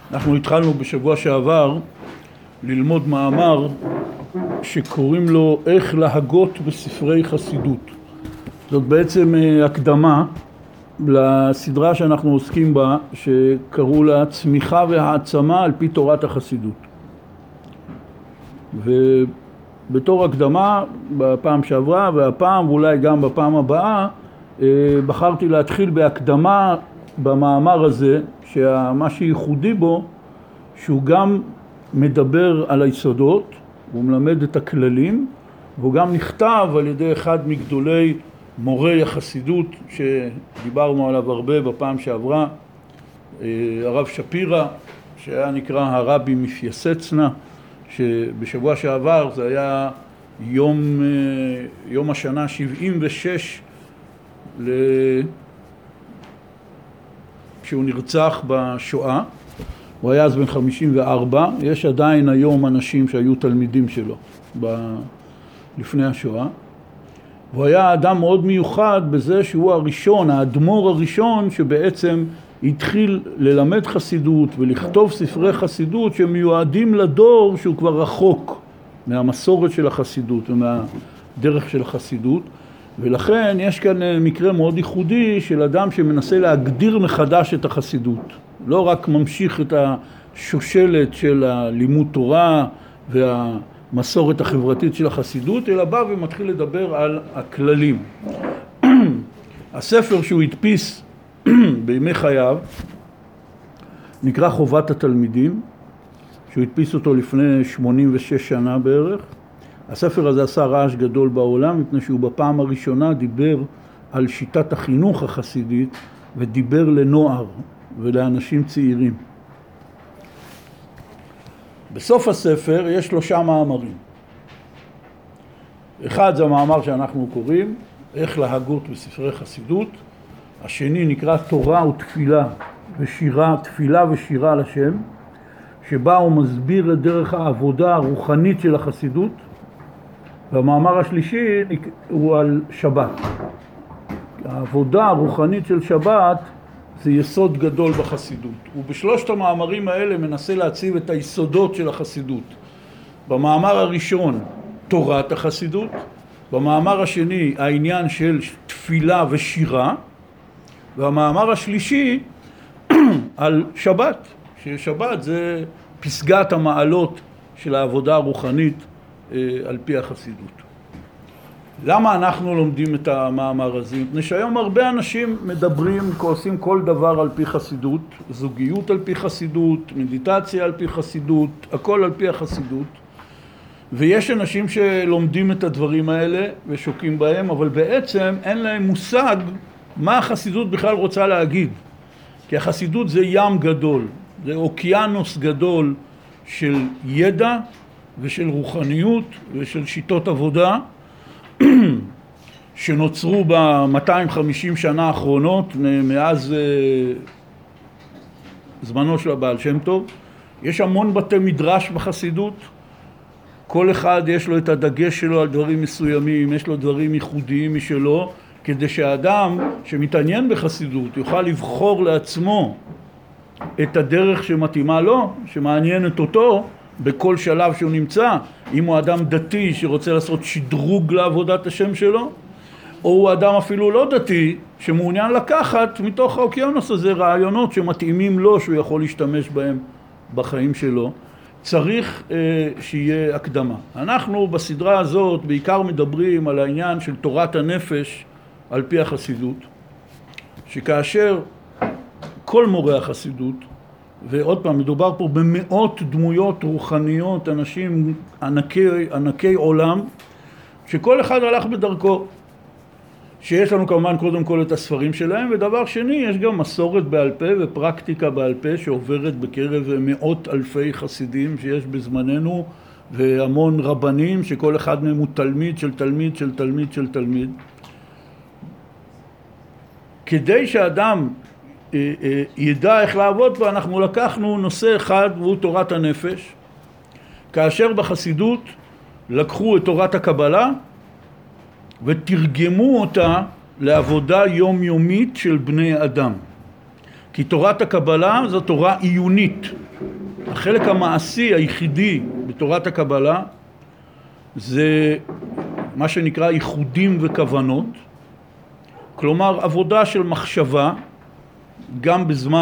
אנחנו התחלנו בשבוע שעבר ללמוד מאמר שקוראים לו איך להגות בספרי חסידות. זאת בעצם הקדמה לסדרה שאנחנו עוסקים בה, שקראו לה צמיחה והעצמה על פי תורת החסידות. ובתור הקדמה בפעם שעברה והפעם ואולי גם בפעם הבאה בחרתי להתחיל בהקדמה במאמר הזה, שמה שייחודי בו שהוא גם מדבר על היסודות, הוא מלמד את הכללים, והוא גם נכתב על ידי אחד מגדולי מורי החסידות שדיברנו עליו הרבה בפעם שעברה, הרב שפירא, שהיה נקרא הרבי מפייסצנה, שבשבוע שעבר זה היה יום השנה 76 כשהוא נרצח בשואה. הוא היה אז בן 54, יש עדיין היום אנשים שהיו תלמידים שלו לפני השואה. הוא היה אדם מאוד מיוחד בזה שהוא הראשון, האדמו"ר הראשון שבעצם התחיל ללמד חסידות ולכתוב ספרי חסידות שמיועדים לדור שהוא כבר רחוק מהמסורת של החסידות ומהדרך של החסידות. ולכן יש כאן מקרה מאוד ייחודי של אדם שמנסה להגדיר מחדש את החסידות. לא רק ממשיך את השושלת של הלימוד תורה והמסורת החברתית של החסידות, אלא בא ומתחיל לדבר על הכללים. הספר שהוא הדפיס בימי חייו נקרא חובת התלמידים, שהוא הדפיס אותו לפני 86 שנה בערך. הספר הזה עשה רעש גדול בעולם, מפני שהוא בפעם הראשונה דיבר על שיטת החינוך החסידית, ודיבר לנוער ולאנשים צעירים. בסוף הספר יש 3 מאמרים. אחד זה המאמר שאנחנו קוראים, איך להגות בספרי חסידות. השני נקרא תורה ותפילה ושירה, תפילה ושירה לשם, שבה הוא מסביר את דרך העבודה הרוחנית של החסידות. והמאמר השלישי הוא על שבת. העבודה הרוחנית של שבת זה יסוד גדול בחסידות. ובשלושת המאמרים האלה מנסה להציב את היסודות של החסידות. במאמר הראשון תורת החסידות, במאמר השני העניין של תפילה ושירה, והמאמר השלישי על שבת, ששבת זה פסגת המעלות של העבודה הרוחנית על פי החסידות. למה אנחנו לומדים את המאמר הזה? מפני שהיום הרבה אנשים מדברים, עושים כל דבר על פי חסידות, זוגיות על פי חסידות, מדיטציה על פי חסידות, הכל על פי החסידות. ויש אנשים שלומדים את הדברים האלה ושוקים בהם, אבל בעצם אין להם מושג מה החסידות בכלל רוצה להגיד. כי החסידות זה ים גדול, זה אוקיינוס גדול של ידע ושל רוחניות ושל שיטות עבודה שנוצרו ב-250 שנה האחרונות מאז זמנו של הבעל שם טוב. יש המון בתי מדרש בחסידות, כל אחד יש לו את הדגש שלו על דברים מסוימים, יש לו דברים ייחודיים משלו, כדי שהאדם שמתעניין בחסידות יוכל לבחור לעצמו את הדרך שמתאימה לו, שמעניינת אותו בכל שלב שהוא נמצא. אם הוא אדם דתי שרוצה לעשות שדרוג לעבודת השם שלו, או הוא אדם אפילו לא דתי שמעוניין לקחת מתוך האוקיינוס הזה רעיונות שמתאימים לו שהוא יכול להשתמש בהם בחיים שלו, צריך שיהיה הקדמה. אנחנו בסדרה הזאת בעיקר מדברים על העניין של תורת הנפש על פי החסידות, שכאשר כל מורי החסידות, ועוד פעם מדובר פה במאות דמויות רוחניות, אנשים ענקי עולם, שכל אחד הלך בדרכו, שיש לנו כמובן קודם כל את הספרים שלהם, ודבר שני יש גם מסורת בעל פה ופרקטיקה בעל פה שעוברת בקרב מאות אלפי חסידים שיש בזמננו, והמון רבנים שכל אחד מהם הוא תלמיד של תלמיד של תלמיד של תלמיד. כדי שאדם ידע איך לעבוד בו, אנחנו לקחנו נושא אחד והוא תורת הנפש, כאשר בחסידות לקחו את תורת הקבלה ותרגמו אותה לעבודה יומיומית של בני אדם. כי תורת הקבלה זו תורה עיונית, החלק המעשי היחידי בתורת הקבלה זה מה שנקרא ייחודים וכוונות, כלומר עבודה של מחשבה גם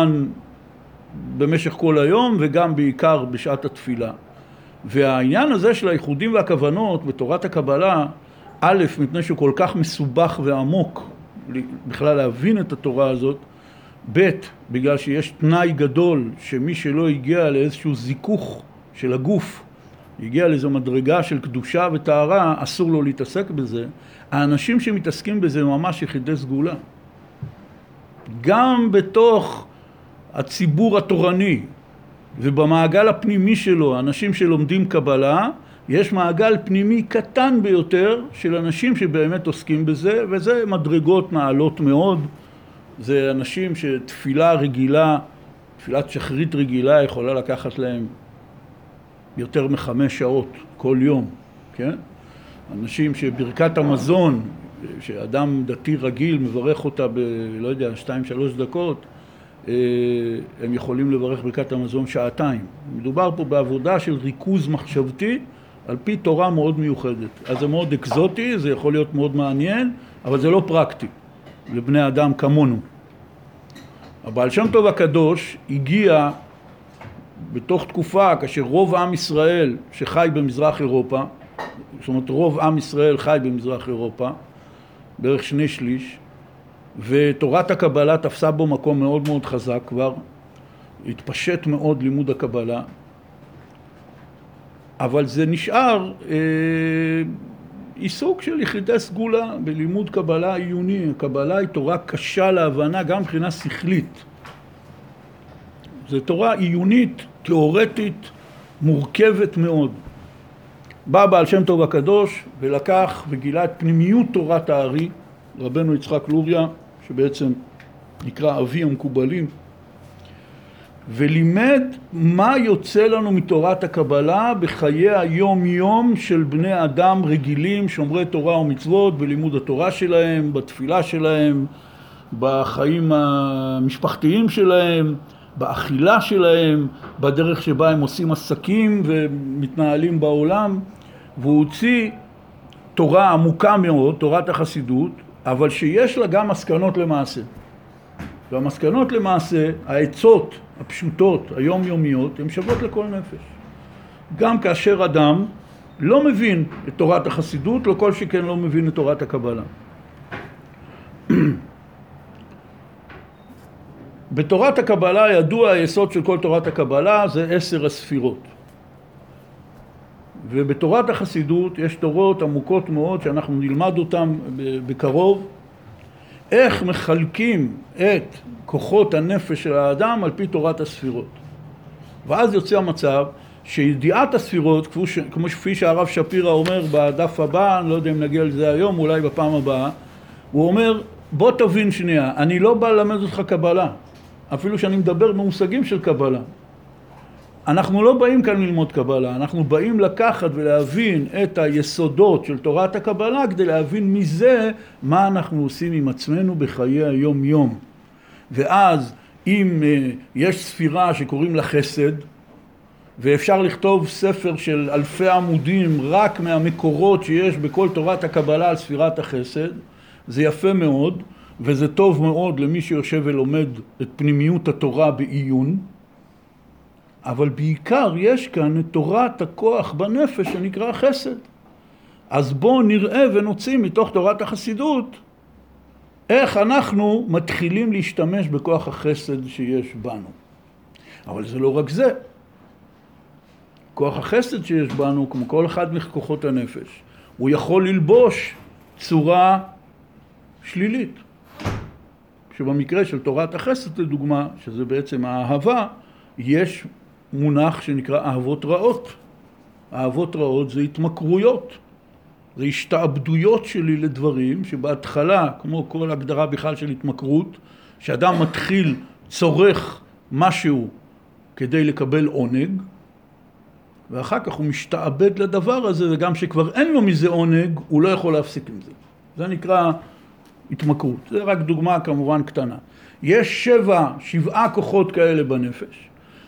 במשך כל היום וגם בעיקר בשעת התפילה. והעניין הזה של הייחודים והכוונות בתורת הקבלה, א', מפני שהוא כל כך מסובך ועמוק בכלל להבין את התורה הזאת, ב', בגלל שיש תנאי גדול שמי שלא הגיע לאיזשהו זיכוך של הגוף, הגיע לאיזו מדרגה של קדושה וטהרה, אסור לו להתעסק בזה. האנשים שמתעסקים בזה הם ממש יחידי סגולה. גם בתוך הציבור התורני ובמעגל הפנימי שלו, אנשים שלומדים קבלה, יש מעגל פנימי קטן ביותר של אנשים שבאמת עוסקים בזה, וזה מדרגות נעלות מאוד. זה אנשים שתפילה רגילה, תפילת שחרית רגילה יכולה לקחת להם יותר מ5 שעות כל יום, כן? אנשים שברכת המזון, שאדם דתי רגיל מברך אותה לא יודע, 2-3 דקות, הם יכולים לברך ברכת המזון 2 שעות. מדובר פה בעבודה של ריכוז מחשבתי על פי תורה מאוד מיוחדת. אז זה מאוד אקזוטי, זה יכול להיות מאוד מעניין, אבל זה לא פרקטי לבני אדם כמונו. הבעל שם טוב הקדוש הגיע בתוך תקופה כאשר רוב עם ישראל שחי במזרח אירופה, זאת אומרת רוב עם ישראל חי במזרח אירופה, בערך 2/3, ותורת הקבלה תפסה בו מקום מאוד מאוד חזק כבר, התפשט מאוד לימוד הקבלה, אבל זה נשאר עיסוק של יחידי סגולה בלימוד קבלה עיוני. הקבלה היא תורה קשה להבנה גם מבחינה שכלית. זו תורה עיונית, תיאורטית, מורכבת מאוד. בא בעל שם טוב הקדוש ולקח וגילה את פנימיות תורת הארי, רבנו יצחק לוריה, שבעצם נקרא אבי המקובלים, ולימד מה יוצא לנו מתורת הקבלה בחיי היום יום של בני אדם רגילים, שומרי תורה ומצוות, בלימוד התורה שלהם, בתפילה שלהם, בחיים המשפחתיים שלהם, באכילה שלהם, בדרך שבה הם עושים עסקים ומתנהלים בעולם. והוא הוציא תורה עמוקה מאוד, תורת החסידות, אבל שיש לה גם מסקנות למעשה. והמסקנות למעשה, העצות הפשוטות, היומיומיות, הן שוות לכל נפש. גם כאשר אדם לא מבין את תורת החסידות, לא כל שכן לא מבין את תורת הקבלה. בתורת הקבלה ידוע היסוד של כל תורת הקבלה זה 10 הספירות. ובתורת החסידות יש תורות עמוקות מאוד שאנחנו נלמד אותן בקרוב, איך מחלקים את כוחות הנפש של האדם על פי תורת הספירות. ואז יוצא המצב שידיעת הספירות, כפי שהרב שפירא אומר בדף הבא, אני לא יודע אם נגיע לזה היום, אולי בפעם הבאה, הוא אומר, בוא תבין שנייה, אני לא בא ללמד אותך קבלה, אפילו שאני מדבר במושגים של קבלה. אנחנו לא באים כאן ללמוד קבלה, אנחנו באים לקחת ולהבין את היסודות של תורת הקבלה, כדי להבין מזה מה אנחנו עושים עם עצמנו בחיי היום יום. ואז אם יש ספירה שקוראים לה חסד, ואפשר לכתוב ספר של 1000 עמודים רק מהמקורות שיש בכל תורת הקבלה על ספירת החסד, זה יפה מאוד, וזה טוב מאוד למי שיושב ולומד את פנימיות התורה בעיון, אבל בעיקר יש כאן את תורת הכוח בנפש שנקרא חסד. אז בואו נראה ונוציא מתוך תורת החסידות איך אנחנו מתחילים להשתמש בכוח החסד שיש בנו. אבל זה לא רק זה. כוח החסד שיש בנו, כמו כל אחד מכוחות הנפש, הוא יכול ללבוש צורה שלילית. שבמקרה של תורת החסד לדוגמה, שזה בעצם האהבה, יש מונח שנקרא אהבות רעות. אהבות רעות זה התמכרויות. זה השתעבדויות שלי לדברים שבהתחלה, כמו כל הגדרה בכלל של התמכרות, שאדם מתחיל צורך משהו כדי לקבל עונג, ואחר כך הוא משתעבד לדבר הזה, וגם שכבר אין לו מזה עונג, הוא לא יכול להפסיק עם זה. זה נקרא התמכרות. זה רק דוגמה כמובן קטנה. יש 7 כוחות כאלה בנפש.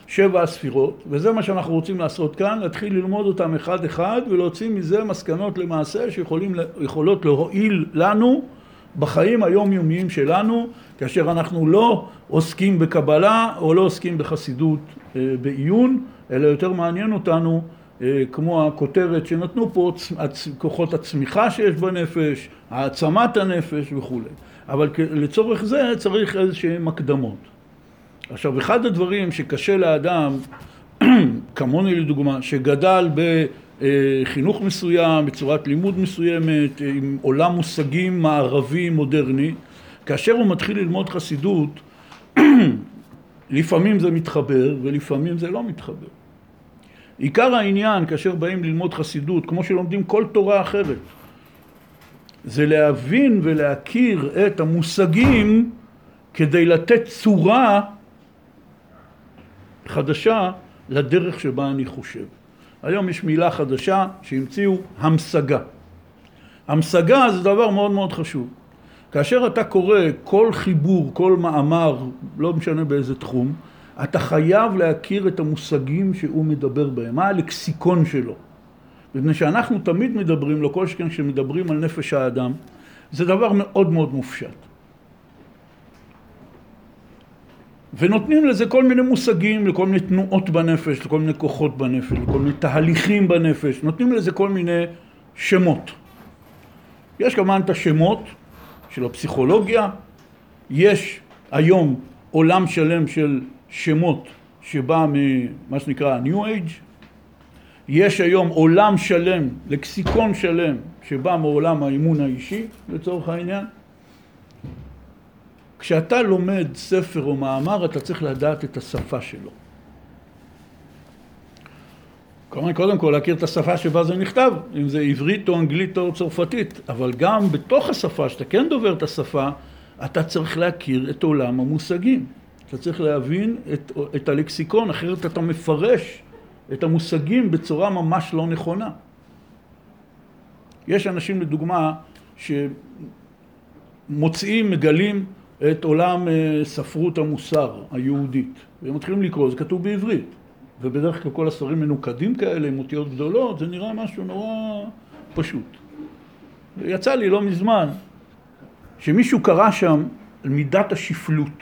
7 הספירות, וזה מה שאנחנו רוצים לעשות כאן, להתחיל ללמוד אותם אחד אחד ולהוציא מזה מסקנות למעשה שיכולות להועיל לנו בחיים היומיומיים שלנו, כאשר אנחנו לא עוסקים בקבלה או לא עוסקים בחסידות בעיון, אלא יותר מעניין אותנו כמו הכותרת שנתנו פה, כוחות הצמיחה שיש בנפש, העצמת הנפש וכו'. אבל לצורך זה צריך איזושהי מקדמות. עכשיו, אחד הדברים שקשה לאדם, כמוני לדוגמה, שגדל בחינוך מסוים, בצורת לימוד מסוימת, עם עולם מושגים מערבי מודרני, כאשר הוא מתחיל ללמוד חסידות, לפעמים זה מתחבר ולפעמים זה לא מתחבר. עיקר העניין כאשר באים ללמוד חסידות, כמו שלומדים כל תורה אחרת, זה להבין ולהכיר את המושגים כדי לתת צורה חדשה לדרך שבה אני חושב. היום יש מילה חדשה שהמציאו, המשגה. המשגה זה דבר מאוד מאוד חשוב. כאשר אתה קורא כל חיבור, כל מאמר, לא משנה באיזה תחום, אתה חייב להכיר את המושגים שהוא מדבר בהם, מה הלקסיקון שלו. מפני שאנחנו תמיד מדברים, לא כל שכן שמדברים על נפש האדם, זה דבר מאוד מאוד מופשט. ונותנים לזה כל מיני מושגים, לכל מיני תנועות בנפש, לכל מיני כוחות בנפש, לכל מיני תהליכים בנפש, נותנים לזה כל מיני שמות. יש כמובן את השמות של הפסיכולוגיה, יש היום עולם שלם של שמות שבא ממה שנקרא New Age, יש היום עולם שלם, לקסיקון שלם, שבא מעולם האימון האישי, לצורך העניין. כשאתה לומד ספר או מאמר, אתה צריך לדעת את השפה שלו. כלומר, קודם כל להכיר את השפה שבה זה נכתב, אם זה עברית או אנגלית או צרפתית, אבל גם בתוך השפה, שאתה כן דובר את השפה, אתה צריך להכיר את עולם המושגים. אתה צריך להבין את הלקסיקון, אחרת אתה מפרש את המושגים בצורה ממש לא נכונה. יש אנשים לדוגמה שמוצאים, מגלים את עולם ספרות המוסר היהודית, והם מתחילים לקרוא, זה כתוב בעברית, ובדרך כלל כל הספרים מנוקדים כאלה, עם אותיות גדולות, זה נראה משהו נורא פשוט. יצא לי לא מזמן שמישהו קרא שם על מידת השפלות.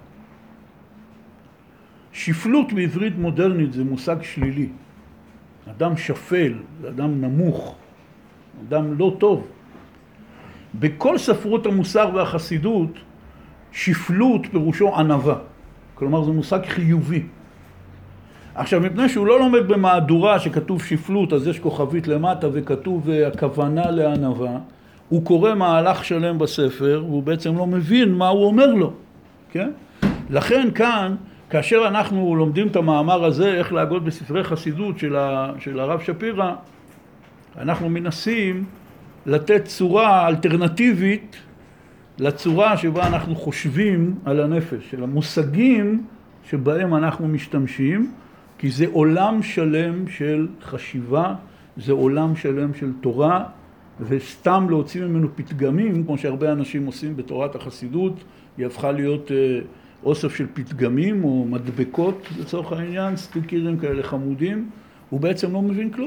שפלות בעברית מודרנית זה מושג שלילי. אדם שפל, אדם נמוך, אדם לא טוב. בכל ספרות המוסר והחסידות, שפלות פירושו ענווה. כלומר, זה מושג חיובי. עכשיו, מפני שהוא לא לומד במהדורה שכתוב שפלות, אז יש כוכבית למטה וכתוב הכוונה לענווה, הוא קורא מהלך שלם בספר, והוא בעצם לא מבין מה הוא אומר לו. כן? לכן כאן, כאשר אנחנו לומדים את המאמר הזה, איך להגות בספרי חסידות של הרב שפירא, אנחנו מנסים לתת צורה אלטרנטיבית לצורה שבה אנחנו חושבים על הנפש, של המושגים שבהם אנחנו משתמשים, כי זה עולם שלם של חשיבה, זה עולם שלם של תורה, וסתם להוציא ממנו פתגמים, כמו שהרבה אנשים עושים בתורת החסידות, היא הפכה להיות אוסף של פתגמים או מדבקות לצורך העניין, סטיקרים כאלה חמודים, הוא בעצם לא מבין כלום.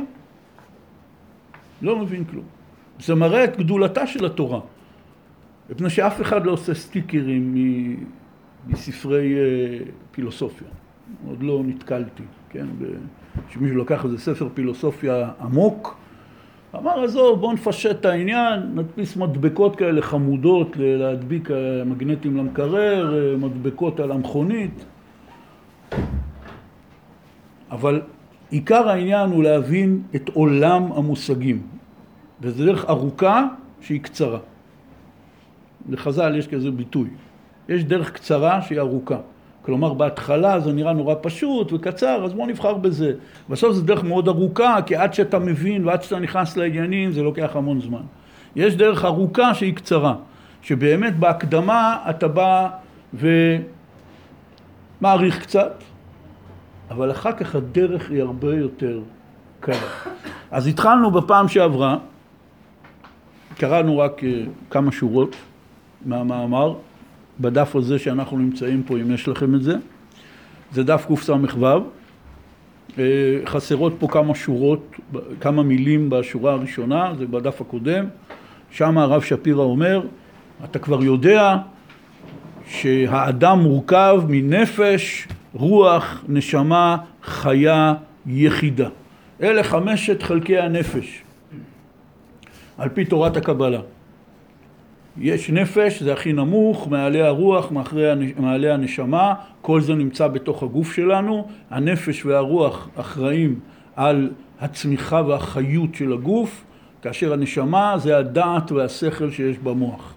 לא מבין כלום. זה מראה את גדולתה של התורה. מפני שאף אחד לא עושה סטיקרים מספרי פילוסופיה. עוד לא נתקלתי, כן? שמישהו לקח איזה ספר פילוסופיה עמוק, אמר, עזוב, בוא נפשט את העניין, נדפיס מדבקות כאלה חמודות להדביק מגנטים למקרר, מדבקות על המכונית. אבל עיקר העניין הוא להבין את עולם המושגים. וזו דרך ארוכה שהיא קצרה. לחז"ל יש כזה ביטוי. יש דרך קצרה שהיא ארוכה. כלומר, בהתחלה זה נראה נורא פשוט וקצר, אז בוא נבחר בזה. בסוף זה דרך מאוד ארוכה, כי עד שאתה מבין ועד שאתה נכנס לעניינים, זה לוקח המון זמן. יש דרך ארוכה שהיא קצרה, שבאמת בהקדמה אתה בא ומעריך קצת, אבל אחר כך הדרך היא הרבה יותר קלה. אז התחלנו בפעם שעברה, קראנו רק כמה שורות מהמאמר, בדף הזה שאנחנו נמצאים פה, אם יש לכם את זה. זה דף קס"ו, חסרות פה כמה שורות, כמה מילים בשורה הראשונה, זה בדף הקודם, שם הרב שפירא אומר, אתה כבר יודע שהאדם מורכב מנפש, רוח, נשמה, חיה, יחידה. אלה 5 חלקי הנפש, על פי תורת הקבלה. יש נפש, זה הכי נמוך, מעלה הרוח, מעלה הנשמה, כל זה נמצא בתוך הגוף שלנו. הנפש והרוח אחראים על הצמיחה והחיות של הגוף, כאשר הנשמה זה הדעת והשכל שיש במוח.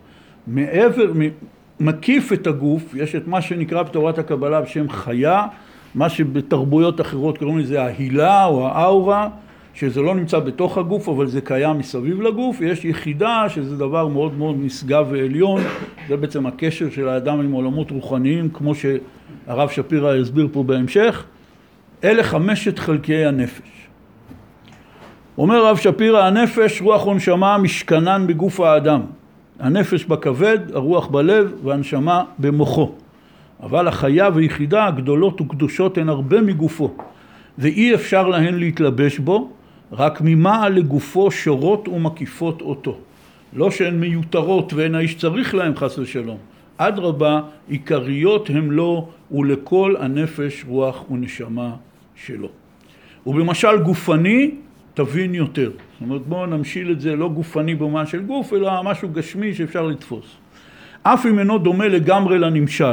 מקיף את הגוף, יש את מה שנקרא בתורת הקבלה בשם חיה, מה שבתרבויות אחרות קוראים לזה ההילה או האורה, שזה לא נמצא בתוך הגוף, אבל זה קיים מסביב לגוף. יש יחידה, שזה דבר מאוד מאוד נשגב ועליון, זה בעצם הקשר של האדם עם עולמות רוחניים, כמו שהרב שפירא הסביר פה בהמשך. אלה 5 חלקי הנפש. אומר הרב שפירא, הנפש, רוח ונשמה, משכנן בגוף האדם. הנפש בכבד, הרוח בלב והנשמה במוחו. אבל החיה ויחידה הגדולות וקדושות הן הרבה מגופו, ואי אפשר להן להתלבש בו, רק ממעל לגופו שורות ומקיפות אותו. לא שהן מיותרות ואין האיש צריך להם חס ושלום. אדרבה, עיקריות הם לו ולכל הנפש רוח ונשמה שלו. ובמשל גופני תבין יותר. זאת אומרת, בואו נמשיל את זה לא גופני במובן של גוף, אלא משהו גשמי שאפשר לתפוס. אף אם אינו דומה לגמרי לנמשל.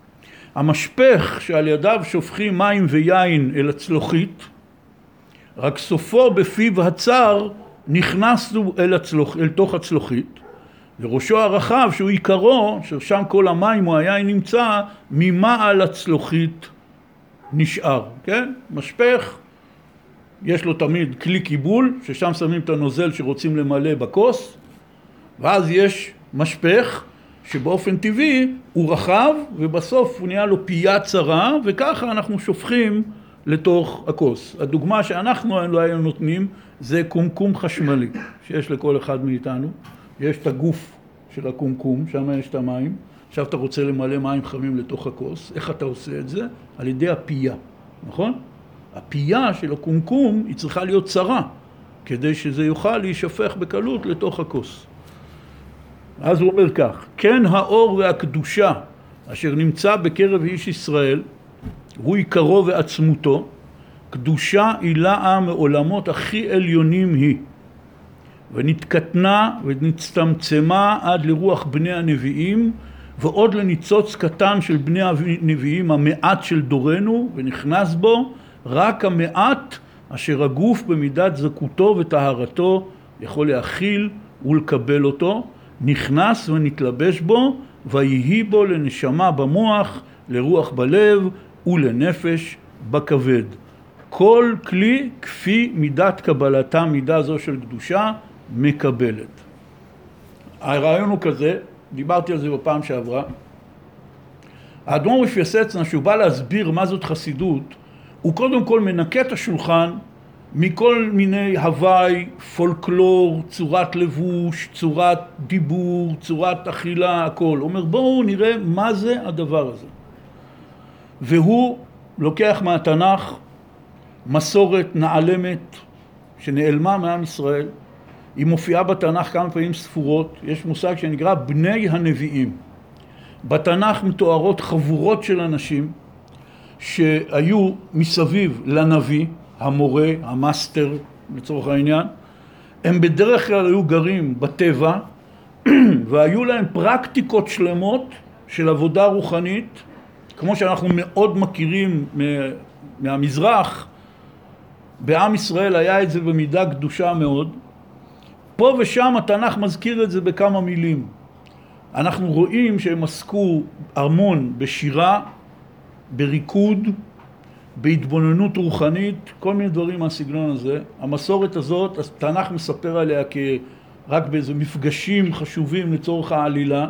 המשפך שעל ידיו שופכים מים ויין אל הצלוחית, רק סופו בפיו הצר נכנסו אל תוך הצלוחית, וראשו הרחב שהוא עיקרו, ששם כל המים או היין נמצא, ממעל הצלוחית נשאר. כן? משפך, יש לו תמיד כלי קיבול, ששם שמים את הנוזל שרוצים למלא בכוס, ואז יש משפך, שבאופן טבעי הוא רחב, ובסוף הוא נהיה לו פייה צרה, וככה אנחנו שופכים לתוך הכוס. הדוגמה שאנחנו לא היינו נותנים, זה קומקום חשמלי, שיש לכל אחד מאיתנו. יש את הגוף של הקומקום, שם יש את המים. עכשיו אתה רוצה למלא מים חמים לתוך הכוס. איך אתה עושה את זה? על ידי הפייה, נכון? הפייה של הקומקום היא צריכה להיות צרה, כדי שזה יוכל להישפך בקלות לתוך הכוס. אז הוא אומר כך, כן האור והקדושה אשר נמצא בקרב איש ישראל, הוא עיקרו ועצמותו, קדושה עילאה מעולמות הכי עליונים היא, ונתקטנה ונצטמצמה עד לרוח בני הנביאים, ועוד לניצוץ קטן של בני הנביאים, המעט של דורנו, ונכנס בו רק המעט אשר הגוף במידת זכותו וטהרתו יכול להכיל ולקבל אותו, נכנס ונתלבש בו, ויהי בו לנשמה במוח, לרוח בלב ולנפש בכבד. כל כלי כפי מידת קבלתה, מידה זו של קדושה, מקבלת. הרעיון הוא כזה, דיברתי על זה בפעם שעברה. האדמו"ר מפיאסצנה, שהוא בא להסביר מה זאת חסידות, הוא קודם כל מנקה את השולחן מכל מיני הוואי, פולקלור, צורת לבוש, צורת דיבור, צורת אכילה, הכל. הוא אומר, בואו נראה מה זה הדבר הזה. והוא לוקח מהתנ"ך מסורת נעלמת שנעלמה מעם ישראל. היא מופיעה בתנ"ך כמה פעמים ספורות. יש מושג שנקרא בני הנביאים. בתנ"ך מתוארות חבורות של אנשים שהיו מסביב לנביא, המורה, המאסטר לצורך העניין. הם בדרך כלל היו גרים בטבע והיו להם פרקטיקות שלמות של עבודה רוחנית, כמו שאנחנו מאוד מכירים מהמזרח. בעם ישראל היה את זה במידה קדושה מאוד. פה ושם התנ"ך מזכיר את זה בכמה מילים. אנחנו רואים שהם עסקו המון בשירה, בריקוד, בהתבוננות רוחנית, כל מיני דברים מהסגנון הזה. המסורת הזאת, התנ"ך מספר עליה רק באיזה מפגשים חשובים לצורך העלילה,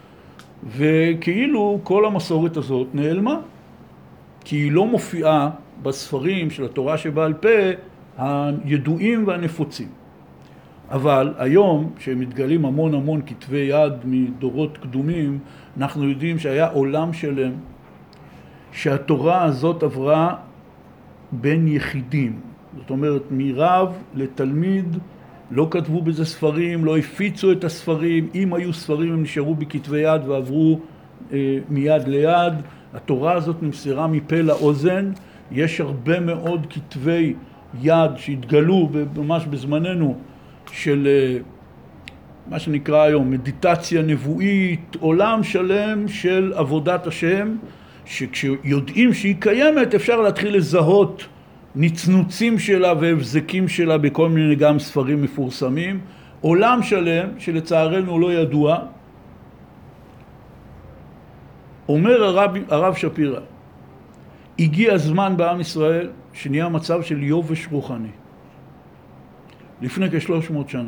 וכאילו כל המסורת הזאת נעלמה, כי היא לא מופיעה בספרים של התורה שבעל פה הידועים והנפוצים. אבל היום, שמתגלים המון כתבי יד מדורות קדומים, אנחנו יודעים שהיה עולם שלם שהתורה הזאת עברה בין יחידים. זאת אומרת, מרב לתלמיד, לא כתבו בזה ספרים, לא הפיצו את הספרים. אם היו ספרים הם נשארו בכתבי יד ועברו מיד ליד. התורה הזאת נמסרה מפה לאוזן. יש הרבה מאוד כתבי יד שהתגלו ממש בזמננו של מה שנקרא היום מדיטציה נבואית, עולם שלם של עבודת השם, שכשיודעים שהיא קיימת אפשר להתחיל לזהות נצנוצים שלה והבזקים שלה בכל מיני גם ספרים מפורסמים. עולם שלם שלצערנו לא ידוע. אומר הרב שפירא, הגיע הזמן בעם ישראל שנהיה מצב של יובש רוחני. לפני כ-300 שנה.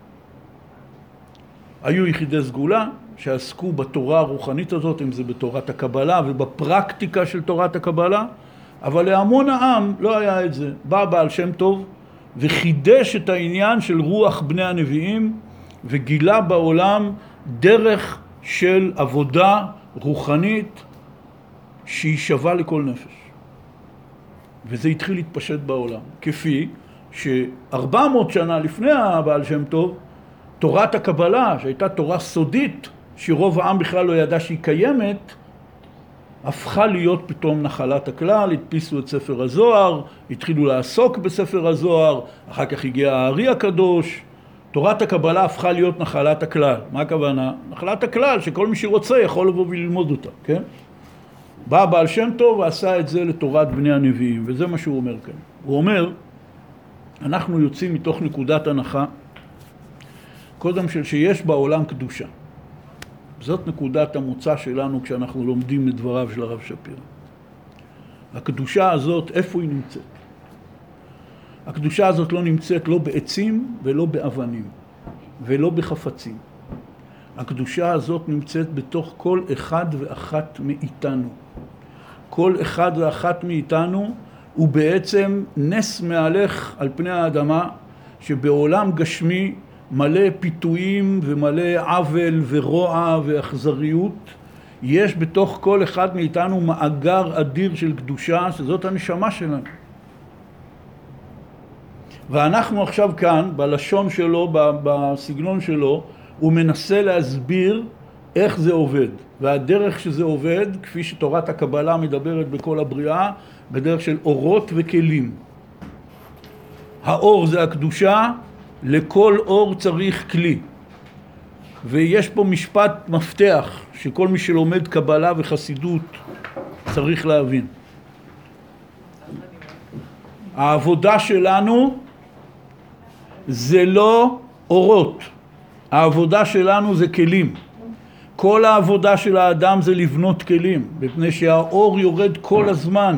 היו יחידי סגולה שעסקו בתורה הרוחנית הזאת, אם זה בתורת הקבלה ובפרקטיקה של תורת הקבלה, אבל להמון העם לא היה את זה. בא בעל שם טוב וחידש את העניין של רוח בני הנביאים, וגילה בעולם דרך של עבודה רוחנית שהיא שווה לכל נפש. וזה התחיל להתפשט בעולם. כפי ש400 שנה לפני הבעל שם טוב, תורת הקבלה, שהייתה תורה סודית, שרוב העם בכלל לא ידע שהיא קיימת, הפכה להיות פתאום נחלת הכלל. הדפיסו את ספר הזוהר, התחילו לעסוק בספר הזוהר, אחר כך הגיע הארי הקדוש. תורת הקבלה הפכה להיות נחלת הכלל. מה הכוונה? נחלת הכלל שכל מי שרוצה יכול לבוא וללמוד אותה, כן? בא בעל שם טוב ועשה את זה לתורת בני הנביאים, וזה מה שהוא אומר כאן. הוא אומר, אנחנו יוצאים מתוך נקודת הנחה, קודם שיש בעולם קדושה. זאת נקודת המוצא שלנו כשאנחנו לומדים את דבריו של הרב שפירא. הקדושה הזאת, איפה היא נמצאת? הקדושה הזאת לא נמצאת לא בעצים ולא באבנים ולא בחפצים. הקדושה הזאת נמצאת בתוך כל אחד ואחת מאיתנו. כל אחד ואחת מאיתנו הוא בעצם נס מהלך על פני האדמה, שבעולם גשמי מלא פיתויים ומלא עוול ורוע ואכזריות, יש בתוך כל אחד מאיתנו מאגר אדיר של קדושה, שזאת הנשמה שלנו. ואנחנו עכשיו כאן, בלשון שלו, בסגנון שלו, הוא מנסה להסביר איך זה עובד. והדרך שזה עובד, כפי שתורת הקבלה מדברת בכל הבריאה, בדרך של אורות וכלים. האור זה הקדושה, לכל אור צריך כלי. ויש פה משפט מפתח שכל מי שלומד קבלה וחסידות צריך להבין. העבודה שלנו זה לא אורות. העבודה שלנו זה כלים. כל העבודה של האדם זה לבנות כלים, מפני שהאור יורד כל הזמן,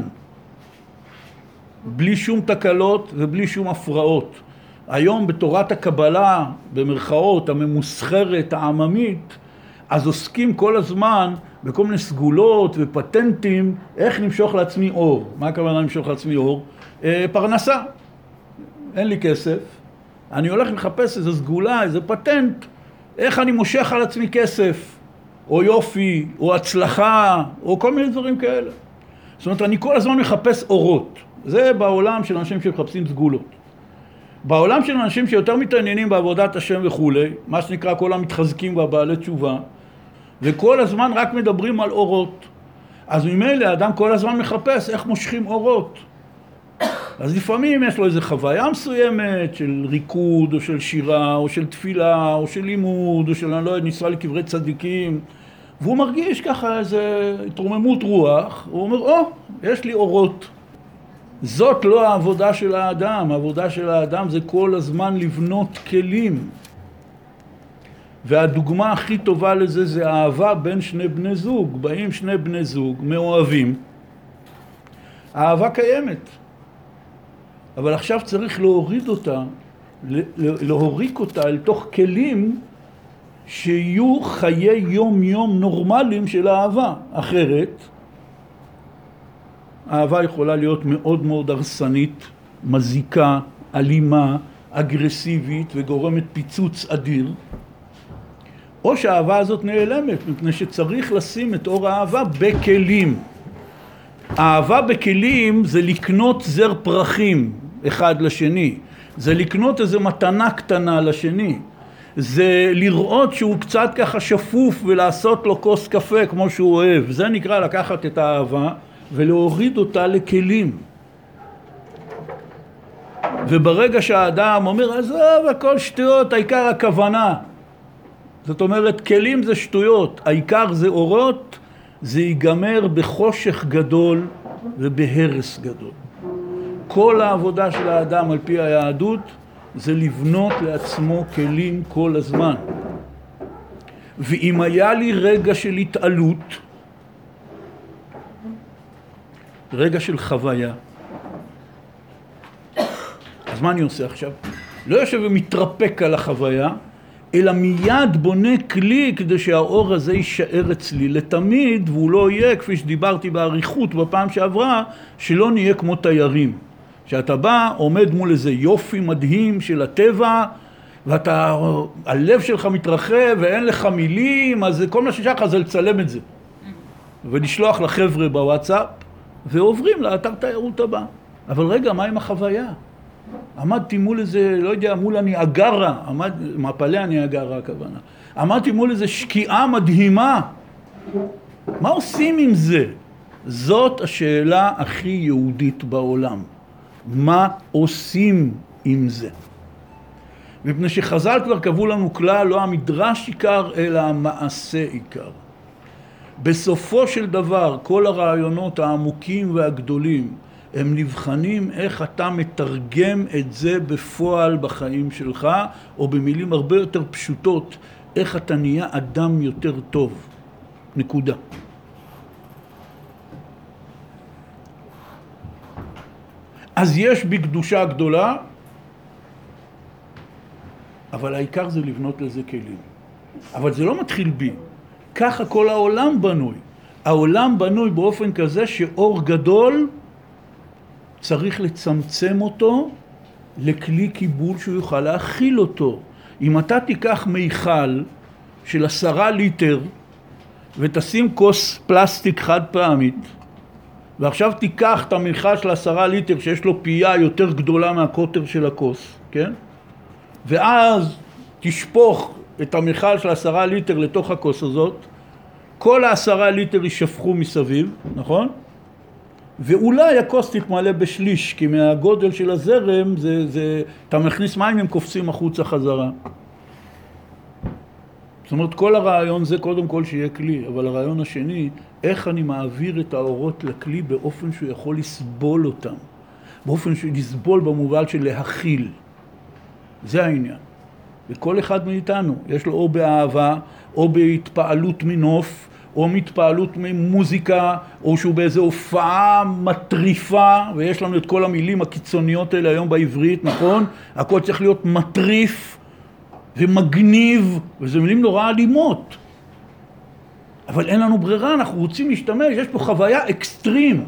בלי שום תקלות ובלי שום הפרעות. היום בתורת הקבלה, במרכאות, הממוסחרת, העממית, אז עוסקים כל הזמן בכל מיני סגולות ופטנטים, איך נמשוך לעצמי אור. מה הכוונה למשוך לעצמי אור? פרנסה. אין לי כסף. אני הולך לחפש איזו סגולה, איזה פטנט, איך אני מושך על עצמי כסף, או יופי, או הצלחה, או כל מיני דברים כאלה. זאת אומרת, אני כל הזמן מחפש אורות. זה בעולם של אנשים שמחפשים סגולות. בעולם של אנשים שיותר מתעניינים בעבודת השם וכו', מה שנקרא כל המתחזקים והבעלי תשובה, וכל הזמן רק מדברים על אורות. אז ממילא האדם כל הזמן מחפש איך מושכים אורות. אז לפעמים יש לו איזו חוויה מסוימת של ריקוד, או של שירה, או של תפילה, או של לימוד, או של, אני לא יודע, נסרה לקברי צדיקים, והוא מרגיש ככה איזו התרוממות רוח, הוא אומר, יש לי אורות. זאת לא העבודה של האדם. העבודה של האדם זה כל הזמן לבנות כלים. והדוגמה הכי טובה לזה זה אהבה בין שני בני זוג. באים שני בני זוג מאוהבים. האהבה קיימת. אבל עכשיו צריך להוריד אותה, להוריק אותה אל תוך כלים שיהיו חיי יום יום נורמליים של האהבה. אחרת, האהבה יכולה להיות מאוד מאוד הרסנית, מזיקה, אלימה, אגרסיבית וגורמת פיצוץ אדיר. או שהאהבה הזאת נעלמת, מפני שצריך לשים את אור האהבה בכלים. אהבה בכלים זה לקנות זר פרחים אחד לשני, זה לקנות איזו מתנה קטנה לשני, זה לראות שהוא קצת ככה שפוף ולעשות לו כוס קפה כמו שהוא אוהב. זה נקרא לקחת את האהבה ולהוריד אותה לכלים. וברגע שהאדם אומר, עזוב, הכל שטויות, העיקר הכוונה. זאת אומרת, כלים זה שטויות, העיקר זה אורות, זה ייגמר בחושך גדול ובהרס גדול. כל העבודה של האדם על פי היהדות זה לבנות לעצמו כלים כל הזמן. ואם היה לי רגע של התעלות, רגע של חוויה, אז מה אני עושה עכשיו? לא יושב ומתרפק על החוויה, אלא מיד בונה כלי כדי שהאור הזה יישאר אצלי לתמיד, והוא לא יהיה, כפי שדיברתי בעריכות בפעם שעברה, שלא נהיה כמו תיירים. שאתה בא, עומד מול איזה יופי מדהים של הטבע, ואתה, הלב שלך מתרחב ואין לך מילים, אז כל מה ששייך לך זה לצלם את זה. ולשלוח לחבר'ה בוואטסאפ, ועוברים לאתר תיירות הבא. אבל רגע, מה עם החוויה? עמדתי מול איזה, לא יודע, מול הניאגרה, מפלי הניאגרה הכוונה. עמדתי מול איזה שקיעה מדהימה. מה עושים עם זה? זאת השאלה הכי יהודית בעולם. מה עושים עם זה? מפני שחז"ל כבר קבעו לנו כלל, לא המדרש עיקר, אלא המעשה עיקר. בסופו של דבר, כל הרעיונות העמוקים והגדולים, הם נבחנים איך אתה מתרגם את זה בפועל בחיים שלך, או במילים הרבה יותר פשוטות, איך אתה נהיה אדם יותר טוב. נקודה. אז יש בי קדושה גדולה, אבל העיקר זה לבנות לזה כלים. אבל זה לא מתחיל בי. ככה כל העולם בנוי. העולם בנוי באופן כזה שאור גדול צריך לצמצם אותו לכלי קיבול שהוא יוכל להכיל אותו. אם אתה תיקח מיכל של 10 ליטר ותשים כוס פלסטיק חד פעמית, ועכשיו תיקח את המיכל של 10 ליטר שיש לו פייה יותר גדולה מהקוטר של הכוס, כן? ואז תשפוך את המיכל של 10 ליטר לתוך הכוס הזאת, כל 10 ליטר יישפכו מסביב, נכון? ואולי הכוס תתמלא בשליש, כי מהגודל של הזרם, אתה מכניס מים, הם קופצים החוצה חזרה. זאת אומרת, כל הרעיון זה קודם כל שיהיה כלי, אבל הרעיון השני, איך אני מעביר את האורות לכלי באופן שהוא יכול לסבול אותם. באופן שהוא לסבול במובן של להכיל. זה העניין. וכל אחד מאיתנו, יש לו או באהבה, או בהתפעלות מנוף, או מתפעלות ממוזיקה, או שהוא באיזו הופעה מטריפה, ויש לנו את כל המילים הקיצוניות האלה היום בעברית, נכון? הכל צריך להיות מטריף ומגניב, וזה מילים נורא אלימות. אבל אין לנו ברירה, אנחנו רוצים להשתמש, יש פה חוויה אקסטרים.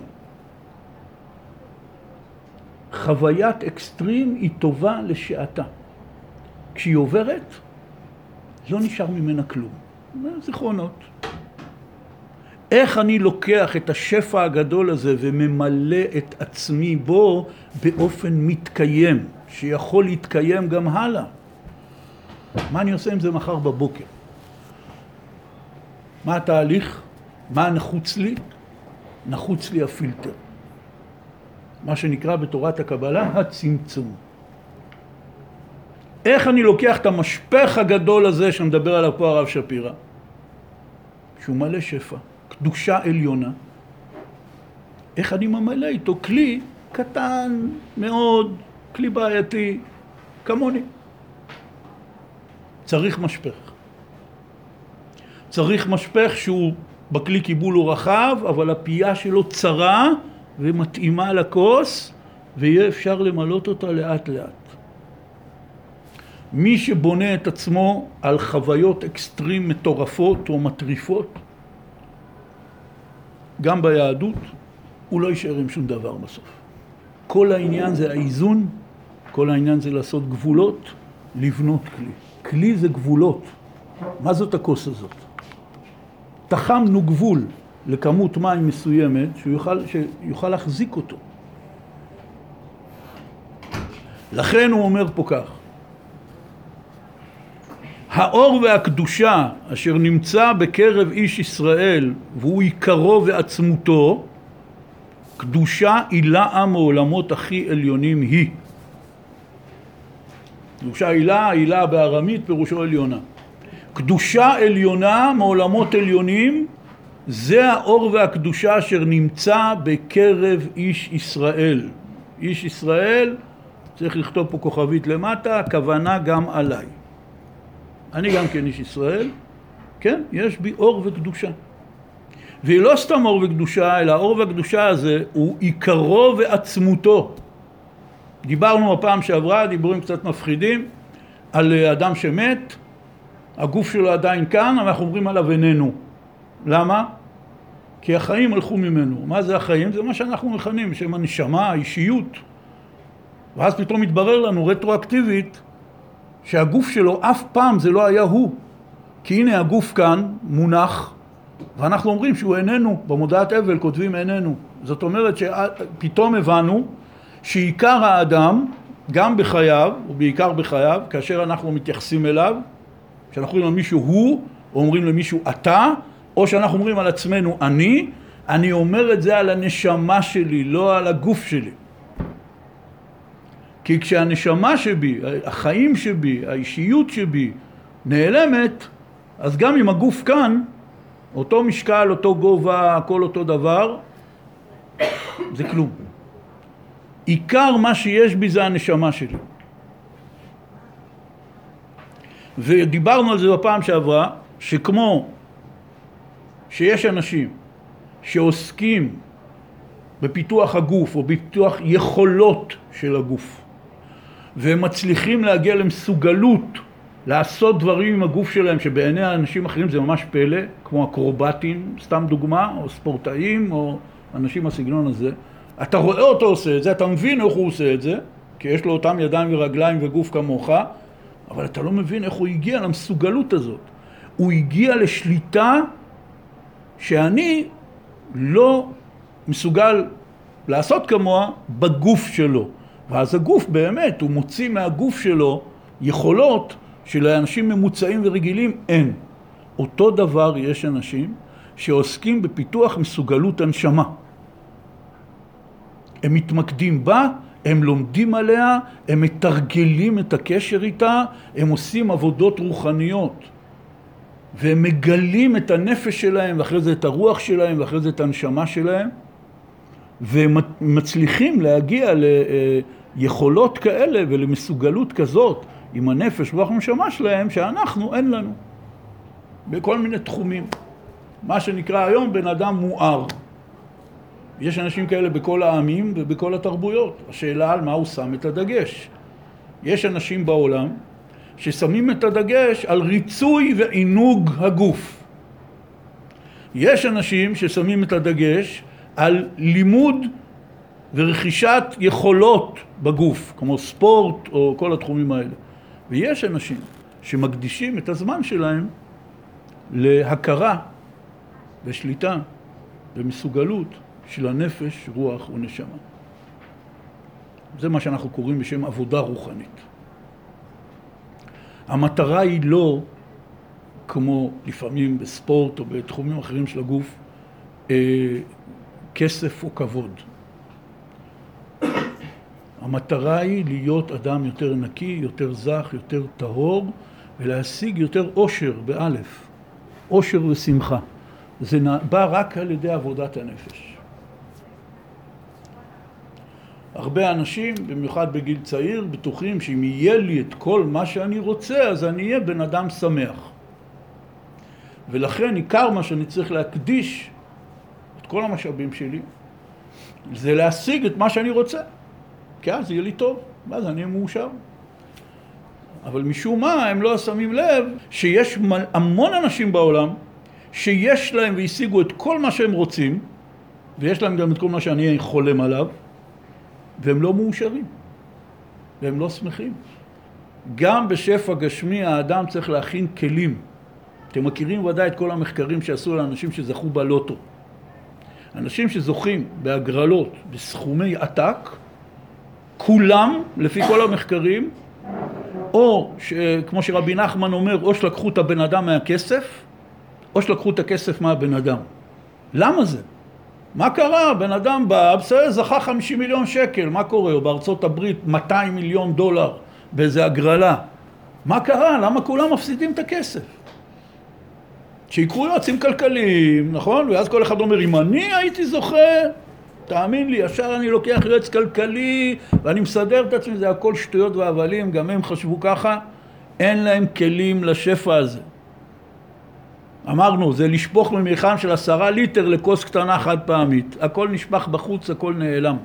חוויית אקסטרים היא טובה לשעתה. כשהיא עוברת, לא נשאר ממנה כלום. זיכרונות. איך אני לוקח את השפע הגדול הזה וממלא את עצמי בו באופן מתקיים, שיכול להתקיים גם הלאה? מה אני עושה עם זה מחר בבוקר? מה התהליך? מה נחוץ לי? נחוץ לי הפילטר. מה שנקרא בתורת הקבלה הצמצום. איך אני לוקח את המשפך הגדול הזה שמדבר עליו פה הרב שפירא? שהוא מלא שפע, קדושה עליונה. איך אני ממלא איתו כלי קטן מאוד, כלי בעייתי, כמוני. צריך משפך. צריך משפך שהוא בכלי קיבול הוא רחב, אבל הפייה שלו צרה ומתאימה לכוס, ויהיה אפשר למלות אותה לאט לאט. מי שבונה את עצמו על חוויות אקסטרים מטורפות או מטריפות, גם ביהדות, הוא לא יישאר עם שום דבר בסוף. כל העניין זה האיזון, כל העניין זה לעשות גבולות, לבנות כלי. כלי זה גבולות. מה זאת הכוס הזאת? תחמנו גבול. לכמות מים מסוימת שיוכל להחזיק אותו. לכן הוא אומר פה כך, האור והקדושה אשר נמצא בקרב איש ישראל והוא עיקרו ועצמותו, קדושה עילאה מעולמות הכי עליונים היא. קדושה עילה בארמית פירושו עליונה. קדושה עליונה מעולמות עליונים זה האור והקדושה אשר נמצא בקרב איש ישראל. איש ישראל, צריך לכתוב פה כוכבית למטה, הכוונה גם עליי. אני גם כן איש ישראל, כן, יש בי אור וקדושה. והיא לא סתם אור וקדושה, אלא האור והקדושה הזה הוא עיקרו ועצמותו. דיברנו הפעם שעברה, דיבורים קצת מפחידים, על אדם שמת, הגוף שלו עדיין כאן, אבל אנחנו אומרים עליו איננו. למה? כי החיים הלכו ממנו. מה זה החיים? זה מה שאנחנו מכנים, בשם הנשמה, האישיות. ואז פתאום מתברר לנו רטרואקטיבית, שהגוף שלו אף פעם זה לא היה הוא. כי הנה הגוף כאן מונח, ואנחנו אומרים שהוא איננו. במודעת אבל כותבים איננו. זאת אומרת שפתאום הבנו שעיקר האדם, גם בחייו, ובעיקר בחייו, כאשר אנחנו מתייחסים אליו, שאנחנו אומרים למישהו הוא, או אומרים למישהו אתה, או שאנחנו אומרים על עצמנו אני אומר את זה על הנשמה שלי, לא על הגוף שלי. כי כשהנשמה שבי, החיים שבי, האישיות שבי נעלמת, אז גם אם הגוף כאן, אותו משקל, אותו גובה, הכל אותו דבר, זה כלום. עיקר מה שיש בי זה הנשמה שלי. ודיברנו על זה בפעם שעברה, שכמו שיש אנשים שעוסקים בפיתוח הגוף או בפיתוח יכולות של הגוף, והם מצליחים להגיע למסוגלות לעשות דברים עם הגוף שלהם שבעיני האנשים אחרים זה ממש פלא, כמו אקרובטים, סתם דוגמה, או ספורטאים, או אנשים מהסגנון הזה. אתה רואה אותו עושה את זה, אתה מבין איך הוא עושה את זה, כי יש לו אותם ידיים ורגליים וגוף כמוך, אבל אתה לא מבין איך הוא הגיע למסוגלות הזאת. הוא הגיע לשליטה שאני לא מסוגל לעשות כמוה בגוף שלו. ואז הגוף באמת, הוא מוציא מהגוף שלו יכולות שלאנשים ממוצעים ורגילים אין. אותו דבר יש אנשים שעוסקים בפיתוח מסוגלות הנשמה. הם מתמקדים בה, הם לומדים עליה, הם מתרגלים את הקשר איתה, הם עושים עבודות רוחניות. והם מגלים את הנפש שלהם, ואחרי זה את הרוח שלהם, ואחרי זה את הנשמה שלהם. והם מצליחים להגיע ליכולות כאלה ולמסוגלות כזאת עם הנפש והנשמה שלהם, שאנחנו אין לנו. בכל מיני תחומים. מה שנקרא היום בן אדם מואר. יש אנשים כאלה בכל העמים ובכל התרבויות. השאלה על מה הוא שם את הדגש. יש אנשים בעולם ששמים את הדגש על ריצוי ועינוג הגוף. יש אנשים ששמים את הדגש על לימוד ורכישת יכולות בגוף, כמו ספורט או כל התחומים האלה. ויש אנשים שמקדישים את הזמן שלהם להכרה ושליטה ומסוגלות של הנפש, רוח ונשמה. זה מה שאנחנו קוראים בשם עבודה רוחנית. המטרה היא לא, כמו לפעמים בספורט או בתחומים אחרים של הגוף, כסף או כבוד. המטרה היא להיות אדם יותר נקי, יותר זך, יותר טהור, ולהשיג יותר אושר באלף. אושר ושמחה. זה בא רק על ידי עבודת הנפש. הרבה אנשים, במיוחד בגיל צעיר, בטוחים שאם יהיה לי את כל מה שאני רוצה, אז אני אהיה בן אדם שמח. ולכן עיקר מה שאני צריך להקדיש את כל המשאבים שלי, זה להשיג את מה שאני רוצה. כי אז יהיה לי טוב, ואז אני אהיה מאושר. אבל משום מה הם לא שמים לב שיש המון אנשים בעולם שיש להם והשיגו את כל מה שהם רוצים, ויש להם גם את כל מה שאני חולם עליו, והם לא מאושרים, והם לא שמחים. גם בשפע גשמי האדם צריך להכין כלים. אתם מכירים ודאי את כל המחקרים שעשו לאנשים שזכו בלוטו. אנשים שזוכים בהגרלות בסכומי עתק, כולם, לפי כל המחקרים, או כמו שרבי נחמן אומר, או שלקחו את הבן אדם מהכסף, או שלקחו את הכסף מהבן אדם. למה זה? מה קרה? בן אדם בא, בסדר, זכה 50 מיליון שקל, מה קורה? או בארצות הברית 200 מיליון דולר באיזה הגרלה. מה קרה? למה כולם מפסידים את הכסף? שיקרו יועצים כלכליים, נכון? ואז כל אחד אומר, אם אני הייתי זוכה, תאמין לי, ישר אני לוקח יועץ כלכלי ואני מסדר את עצמי, זה הכל שטויות והבלים, גם הם חשבו ככה, אין להם כלים לשפע הזה. אמרנו, זה לשפוך ממיכל של 10 ליטר לכוס קטנה חד פעמית. הכל נשפך בחוץ, הכל נעלם.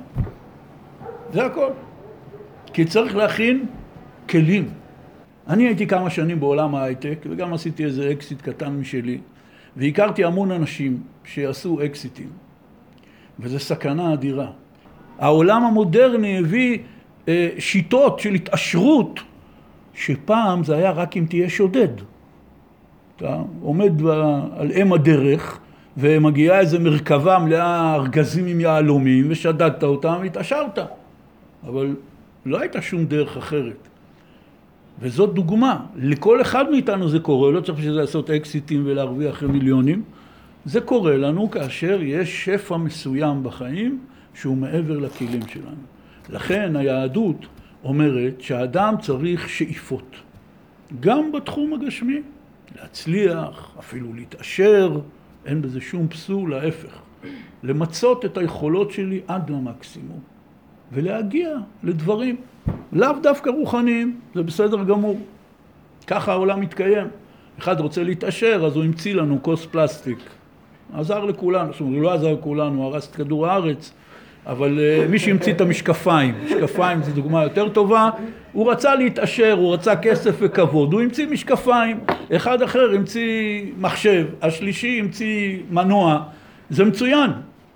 זה הכל. כי צריך להכין כלים. אני הייתי כמה שנים בעולם ההייטק, וגם עשיתי איזה אקסיט קטן משלי, והכרתי המון אנשים שעשו אקסיטים. וזו סכנה אדירה. העולם המודרני הביא שיטות של התעשרות, שפעם זה היה רק אם תהיה שודד. אתה עומד על אם הדרך, ומגיעה איזו מרכבה מלאה ארגזים עם יהלומים, ושדדת אותם והתעשרת. אבל לא הייתה שום דרך אחרת. וזאת דוגמה. לכל אחד מאיתנו זה קורה, לא צריך שזה לעשות אקסיטים ולהרוויח מיליונים. זה קורה לנו כאשר יש שפע מסוים בחיים שהוא מעבר לכלים שלנו. לכן היהדות אומרת שהאדם צריך שאיפות. גם בתחום הגשמי. להצליח, אפילו להתעשר, אין בזה שום פסול, להפך. למצות את היכולות שלי עד למקסימום. ולהגיע לדברים, לאו דווקא רוחניים, זה בסדר גמור. ככה העולם מתקיים. אחד רוצה להתעשר, אז הוא המציא לנו כוס פלסטיק. עזר לכולנו, זאת אומרת, הוא לא עזר לכולנו, הוא הרס את כדור הארץ, אבל מי שהמציא את המשקפיים, משקפיים זו דוגמה יותר טובה, הוא רצה להתעשר, הוא רצה כסף וכבוד, הוא המציא משקפיים, אחד אחר המציא מחשב, השלישי המציא מנוע, זה מצוין.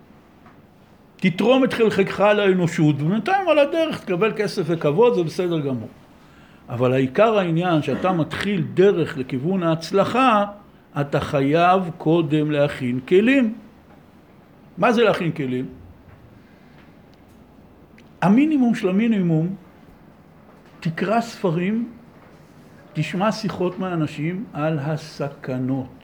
תתרום את חלקך לאנושות, ובינתיים על הדרך תקבל כסף וכבוד, זה בסדר גמור. אבל העיקר העניין שאתה מתחיל דרך לכיוון ההצלחה, אתה חייב קודם להכין כלים. מה זה להכין כלים? המינימום של המינימום, תקרא ספרים, תשמע שיחות מהאנשים על הסכנות.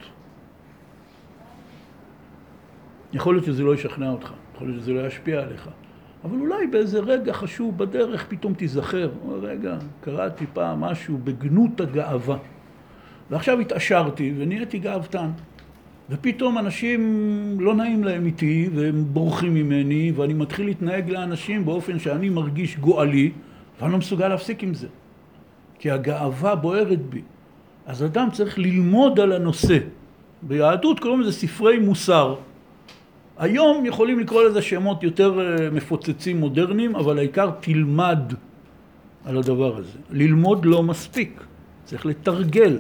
יכול להיות שזה לא ישכנע אותך, יכול להיות שזה לא ישפיע עליך, אבל אולי באיזה רגע חשוב בדרך פתאום תיזכר, רגע, קראתי פעם משהו בגנות הגאווה, ועכשיו התעשרתי ונהייתי גאוותן, ופתאום אנשים לא נעים להם איתי והם בורחים ממני, ואני מתחיל להתנהג לאנשים באופן שאני מרגיש גואלי, ואני לא מסוגל להפסיק עם זה, כי הגאווה בוערת בי. אז אדם צריך ללמוד על הנושא. ביהדות קוראים לזה ספרי מוסר. היום יכולים לקרוא לזה שמות יותר מפוצצים מודרניים, אבל העיקר תלמד על הדבר הזה. ללמוד לא מספיק, צריך לתרגל.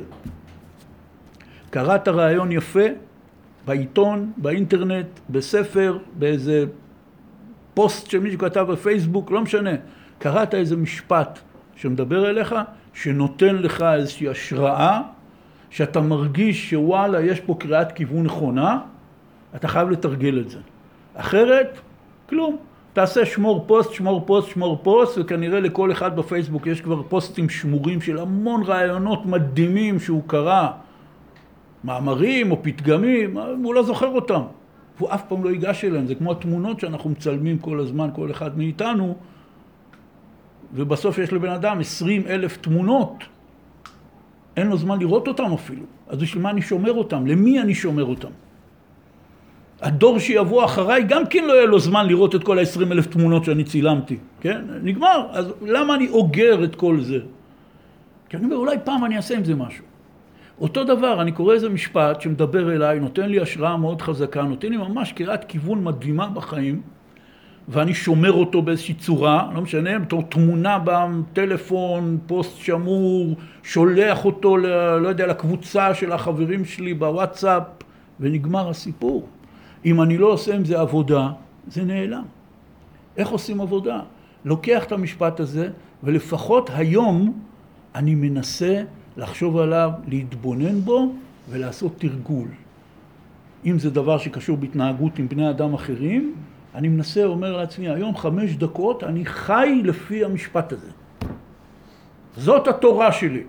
קראת רעיון יפה בעיתון, באינטרנט, בספר, באיזה פוסט שמישהו כתב בפייסבוק, לא משנה. קראת איזה משפט שמדבר אליך, שנותן לך איזושהי השראה, שאתה מרגיש שוואלה, יש פה קריאת כיוון נכונה, אתה חייב לתרגל את זה. אחרת, כלום. תעשה שמור פוסט, שמור פוסט, שמור פוסט, וכנראה לכל אחד בפייסבוק יש כבר פוסטים שמורים של המון רעיונות מדהימים שהוא קרא, מאמרים או פתגמים, הוא לא זוכר אותם. והוא אף פעם לא ייגש אליהם. זה כמו התמונות שאנחנו מצלמים כל הזמן, כל אחד מאיתנו, ובסוף יש לבן אדם 20,000 תמונות. אין לו זמן לראות אותם אפילו. אז בשביל מה אני שומר אותם? למי אני שומר אותם? הדור שיבוא אחריי גם כן לא יהיה לו זמן לראות את כל ה-20,000 תמונות שאני צילמתי. כן? נגמר. אז למה אני אוגר את כל זה? כי אני אומר, אולי פעם אני אעשה עם זה משהו. אותו דבר, אני קורא איזה משפט שמדבר אליי, נותן לי השראה מאוד חזקה, נותן לי ממש קריאת כיוון מדהימה בחיים, ואני שומר אותו באיזושהי צורה, לא משנה, בתור תמונה בטלפון, פוסט שמור, שולח אותו, לא יודע, לקבוצה של החברים שלי בוואטסאפ, ונגמר הסיפור. אם אני לא עושה עם זה עבודה, זה נעלם. איך עושים עבודה? לוקח את המשפט הזה, ולפחות היום אני מנסה לחשוב עליו, להתבונן בו ולעשות תרגול. אם זה דבר שקשור בהתנהגות עם בני אדם אחרים, אני מנסה, אומר לעצמי, היום 5 דקות אני חי לפי המשפט הזה. זאת התורה שלי.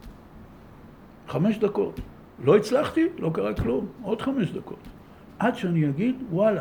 5 דקות. לא הצלחתי, לא קרה כלום. עוד 5 דקות. עד שאני אגיד, וואלה,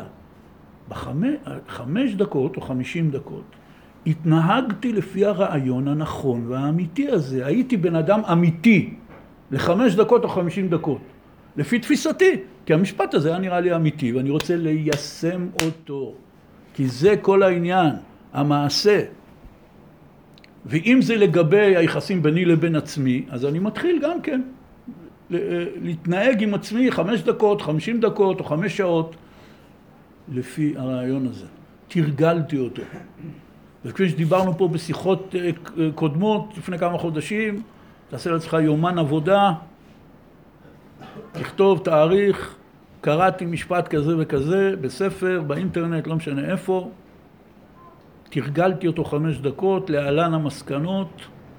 5 דקות או 50 דקות, התנהגתי לפי הרעיון הנכון והאמיתי הזה. הייתי בן אדם אמיתי ל5 דקות או 50 דקות. לפי תפיסתי. כי המשפט הזה היה נראה לי אמיתי, ואני רוצה ליישם אותו. כי זה כל העניין, המעשה. ואם זה לגבי היחסים ביני לבין עצמי, אז אני מתחיל גם כן להתנהג עם עצמי 5 דקות, 50 דקות או 5 שעות, לפי הרעיון הזה. תרגלתי אותו. וכפי שדיברנו פה בשיחות קודמות, לפני כמה חודשים, תעשה לעצמך יומן עבודה, תכתוב תאריך, קראתי משפט כזה וכזה, בספר, באינטרנט, לא משנה איפה, תרגלתי אותו 5 דקות, להלן המסקנות.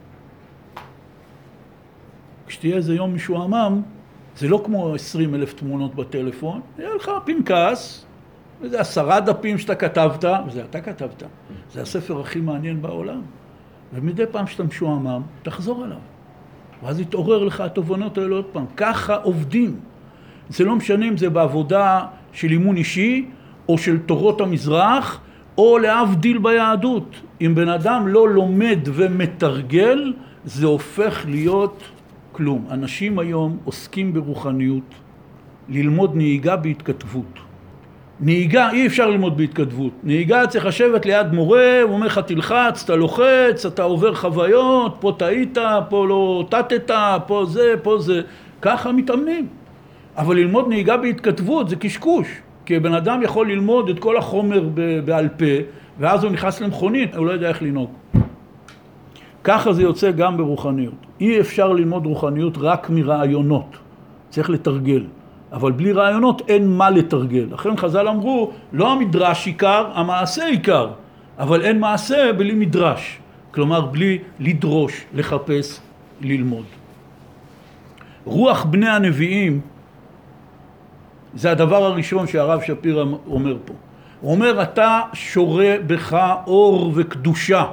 כשתהיה איזה יום משועמם, זה לא כמו 20,000 תמונות בטלפון, יהיה לך פנקס, וזה 10 דפים שאתה כתבת, וזה אתה כתבת, זה הספר הכי מעניין בעולם. ומדי פעם שאתה משועמם, תחזור עליו. ואז יתעורר לך התובנות האלה עוד פעם. ככה עובדים. זה לא משנה אם זה בעבודה של אימון אישי, או של תורות המזרח, או להבדיל ביהדות. אם בן אדם לא לומד ומתרגל, זה הופך להיות כלום. אנשים היום עוסקים ברוחניות, ללמוד נהיגה בהתכתבות. נהיגה אי אפשר ללמוד בהתכתבות. נהיגה צריך לשבת ליד מורה, הוא אומר לך תלחץ, אתה לוחץ, אתה עובר חוויות, פה טעית, פה לא טטת, פה זה, פה זה. ככה מתאמנים. אבל ללמוד נהיגה בהתכתבות זה קשקוש. כי בן אדם יכול ללמוד את כל החומר בעל פה, ואז הוא נכנס למכונית, הוא לא יודע איך לנהוג. ככה זה יוצא גם ברוחניות. אי אפשר ללמוד רוחניות רק מרעיונות. צריך לתרגל. אבל בלי רעיונות אין מה לתרגל. לכן חז"ל אמרו, לא המדרש עיקר, המעשה עיקר. אבל אין מעשה בלי מדרש. כלומר, בלי לדרוש, לחפש, ללמוד. רוח בני הנביאים, זה הדבר הראשון שהרב שפירא אומר פה. הוא אומר, אתה שורה בך אור וקדושה.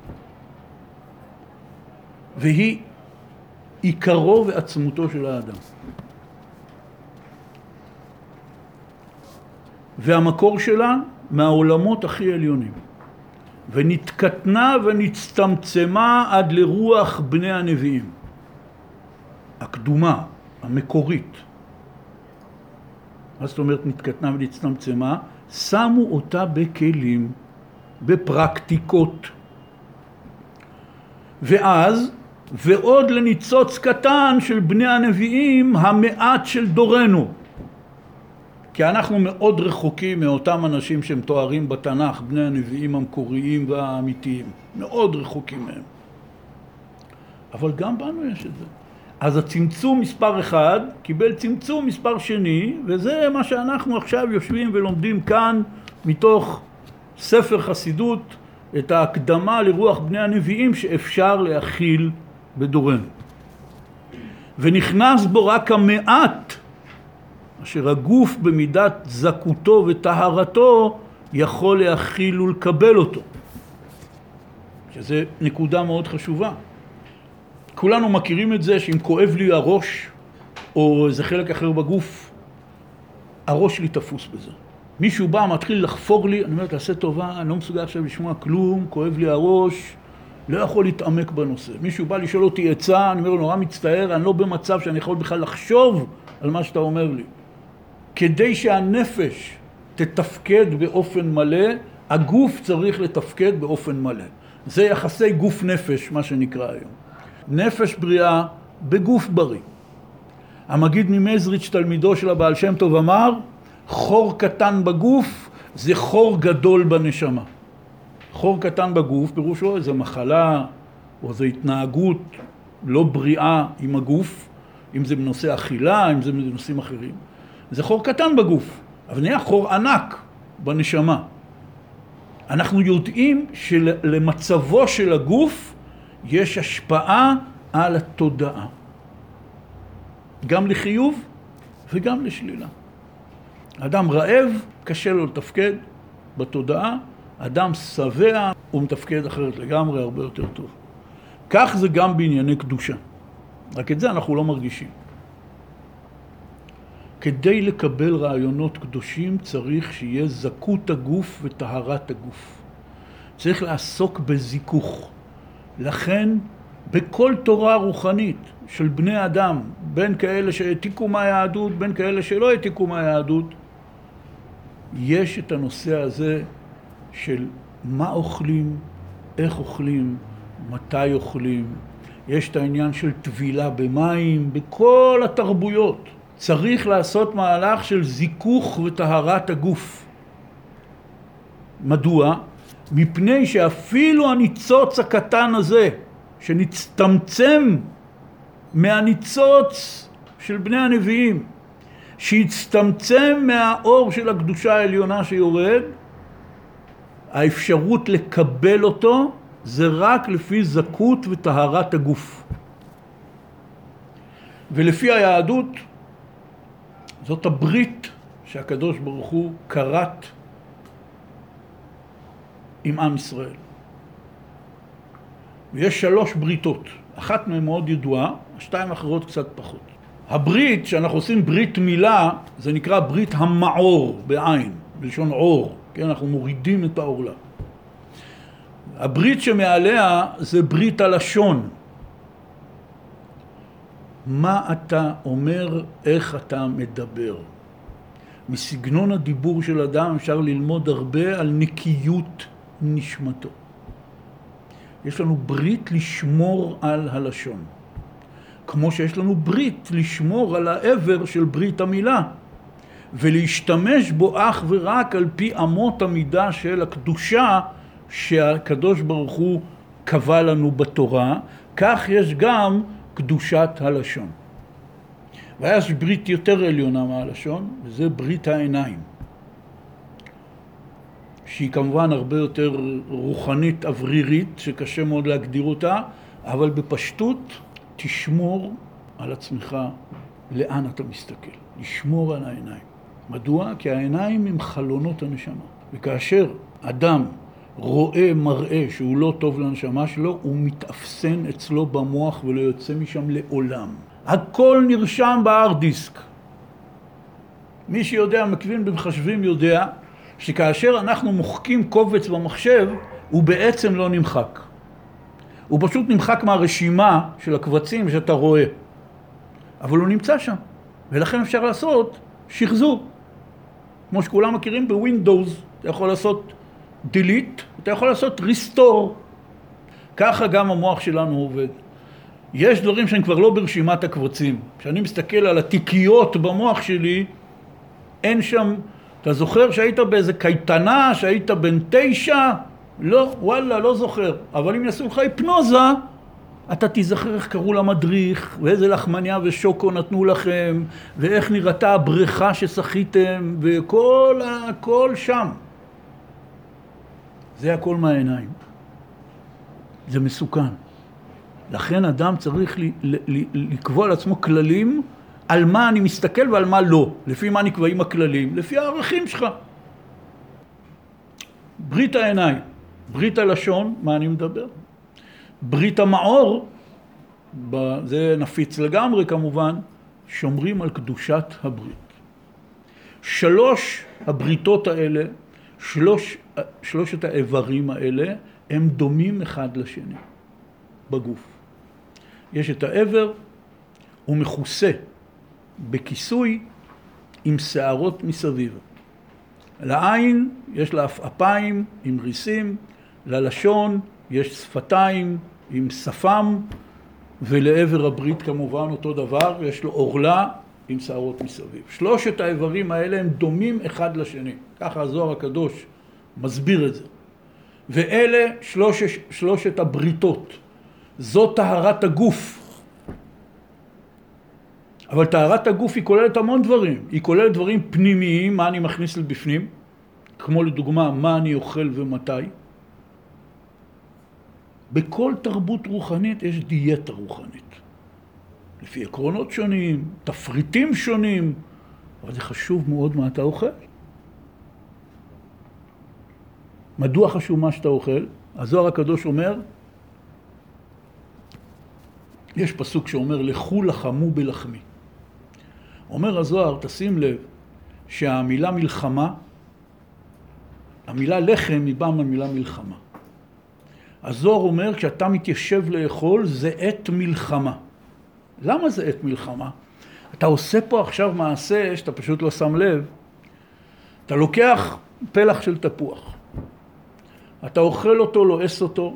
והיא עיקרו ועצמותו של האדם. והמקור שלה מהעולמות הכי עליונים. ונתקטנה ונצטמצמה עד לרוח בני הנביאים. הקדומה, המקורית. מה זאת אומרת נתקטנה ונצטמצמה? שמו אותה בכלים, בפרקטיקות. ואז, ועוד לניצוץ קטן של בני הנביאים, המעט של דורנו. כי אנחנו מאוד רחוקים מאותם אנשים שהם תוארים בתנ"ך, בני הנביאים המקוריים והאמיתיים. מאוד רחוקים מהם. אבל גם בנו יש את זה. אז הצמצום מספר 1 קיבל צמצום מספר 2, וזה מה שאנחנו עכשיו יושבים ולומדים כאן מתוך ספר חסידות, את ההקדמה לרוח בני הנביאים שאפשר להכיל בדורנו. ונכנס בו רק המעט, אשר הגוף במידת זכותו וטהרתו יכול להכיל ולקבל אותו. שזה נקודה מאוד חשובה. כולנו מכירים את זה שאם כואב לי הראש או איזה חלק אחר בגוף, הראש שלי תפוס בזה. מישהו בא, מתחיל לחפור לי, אני אומר, תעשה טובה, אני לא מסוגל עכשיו לשמוע כלום, כואב לי הראש, לא יכול להתעמק בנושא. מישהו בא לשאול אותי עצה, אני אומר לו, נורא מצטער, אני לא במצב שאני יכול בכלל לחשוב על מה שאתה אומר לי. כדי שהנפש תתפקד באופן מלא, הגוף צריך לתפקד באופן מלא. זה יחסי גוף נפש, מה שנקרא היום. נפש בריאה בגוף בריא. המגיד ממזריץ' תלמידו של הבעל שם טוב אמר, חור קטן בגוף זה חור גדול בנשמה. חור קטן בגוף פירושו איזו מחלה או איזו התנהגות לא בריאה עם הגוף, אם זה בנושא אכילה, אם זה בנושאים אחרים. זה חור קטן בגוף, אבל נהיה חור ענק בנשמה. אנחנו יודעים שלמצבו של הגוף יש השפעה על התודעה. גם לחיוב וגם לשלילה. אדם רעב, קשה לו לתפקד בתודעה, אדם שבע, הוא מתפקד אחרת לגמרי, הרבה יותר טוב. כך זה גם בענייני קדושה. רק את זה אנחנו לא מרגישים. כדי לקבל רעיונות קדושים צריך שיהיה זכות הגוף וטהרת הגוף. צריך לעסוק בזיכוך. לכן בכל תורה רוחנית של בני אדם, בין כאלה שהעתיקו מהיהדות, בין כאלה שלא העתיקו מהיהדות, יש את הנושא הזה של מה אוכלים, איך אוכלים, מתי אוכלים. יש את העניין של טבילה במים, בכל התרבויות. צריך לעשות מהלך של זיכוך וטהרת הגוף. מדוע? מפני שאפילו הניצוץ הקטן הזה, שנצטמצם מהניצוץ של בני הנביאים, שהצטמצם מהאור של הקדושה העליונה שיורד, האפשרות לקבל אותו זה רק לפי זכות וטהרת הגוף. ולפי היהדות, זאת הברית שהקדוש ברוך הוא כרת עם עם ישראל. ויש 3 בריתות, אחת מהן מאוד ידועה, 2 אחרות קצת פחות. הברית, שאנחנו עושים ברית מילה, זה נקרא ברית המעור בעין, בלשון עור, כן? אנחנו מורידים את העורלה. הברית שמעליה זה ברית הלשון. מה אתה אומר, איך אתה מדבר. מסגנון הדיבור של אדם אפשר ללמוד הרבה על נקיות נשמתו. יש לנו ברית לשמור על הלשון. כמו שיש לנו ברית לשמור על העבר של ברית המילה. ולהשתמש בו אך ורק על פי אמות המידה של הקדושה שהקדוש ברוך הוא קבע לנו בתורה. כך יש גם קדושת הלשון. ויש ברית יותר עליונה מהלשון, וזה ברית העיניים. שהיא כמובן הרבה יותר רוחנית אוורירית, שקשה מאוד להגדיר אותה, אבל בפשטות תשמור על עצמך לאן אתה מסתכל. לשמור על העיניים. מדוע? כי העיניים הם חלונות הנשמה. וכאשר אדם רואה מראה שהוא לא טוב לנשמה שלו, הוא מתאפסן אצלו במוח ולא יוצא משם לעולם. הכל נרשם בהארד דיסק. מי שיודע, מקווין במחשבים יודע, שכאשר אנחנו מוחקים קובץ במחשב, הוא בעצם לא נמחק. הוא פשוט נמחק מהרשימה של הקבצים שאתה רואה. אבל הוא נמצא שם. ולכן אפשר לעשות שחזור. כמו שכולם מכירים בווינדוס, אתה יכול לעשות delete, אתה יכול לעשות restore. ככה גם המוח שלנו עובד. יש דברים שהם כבר לא ברשימת הקבצים. כשאני מסתכל על התיקיות במוח שלי, אין שם, אתה זוכר שהיית באיזה קייטנה, שהיית בן 9? לא, וואלה, לא זוכר. אבל אם יעשו לך היפנוזה, אתה תזכר איך קראו למדריך, ואיזה לחמניה ושוקו נתנו לכם, ואיך נראתה הבריכה ששחיתם, הכל שם. זה הכל מהעיניים. זה מסוכן. לכן אדם צריך לקבוע לעצמו כללים על מה אני מסתכל ועל מה לא. לפי מה נקבעים הכללים? לפי הערכים שלך. ברית העיניים, ברית הלשון, מה אני מדבר? ברית המעור, זה נפיץ לגמרי כמובן, שומרים על קדושת הברית. 3 הבריתות האלה, שלושת האיברים האלה, הם דומים אחד לשני בגוף. יש את העבר, הוא מכוסה בכיסוי עם שערות מסביב. לעין יש לה אפיים עם ריסים, ללשון יש שפתיים עם שפם, ולעבר הברית כמובן אותו דבר, יש לו עורלה עם שערות מסביב. 3 האיברים האלה הם דומים אחד לשני. ככה הזוהר הקדוש מסביר את זה. ואלה 3 הבריתות. זאת טהרת הגוף. אבל טהרת הגוף היא כוללת המון דברים. היא כוללת דברים פנימיים, מה אני מכניס לבפנים, כמו לדוגמה, מה אני אוכל ומתי. בכל תרבות רוחנית יש דיאטה רוחנית. לפי עקרונות שונים, תפריטים שונים, אבל זה חשוב מאוד מה אתה אוכל. מדוע חשוב מה שאתה אוכל? הזוהר הקדוש אומר, יש פסוק שאומר, לכו לחמו בלחמי. אומר הזוהר, תשים לב, שהמילה מלחמה, המילה לחם היא באה מהמילה מלחמה. הזוהר אומר, כשאתה מתיישב לאכול, זה עת מלחמה. למה זה עת מלחמה? אתה עושה פה עכשיו מעשה שאתה פשוט לא שם לב. אתה לוקח פלח של תפוח. אתה אוכל אותו, לועס אותו,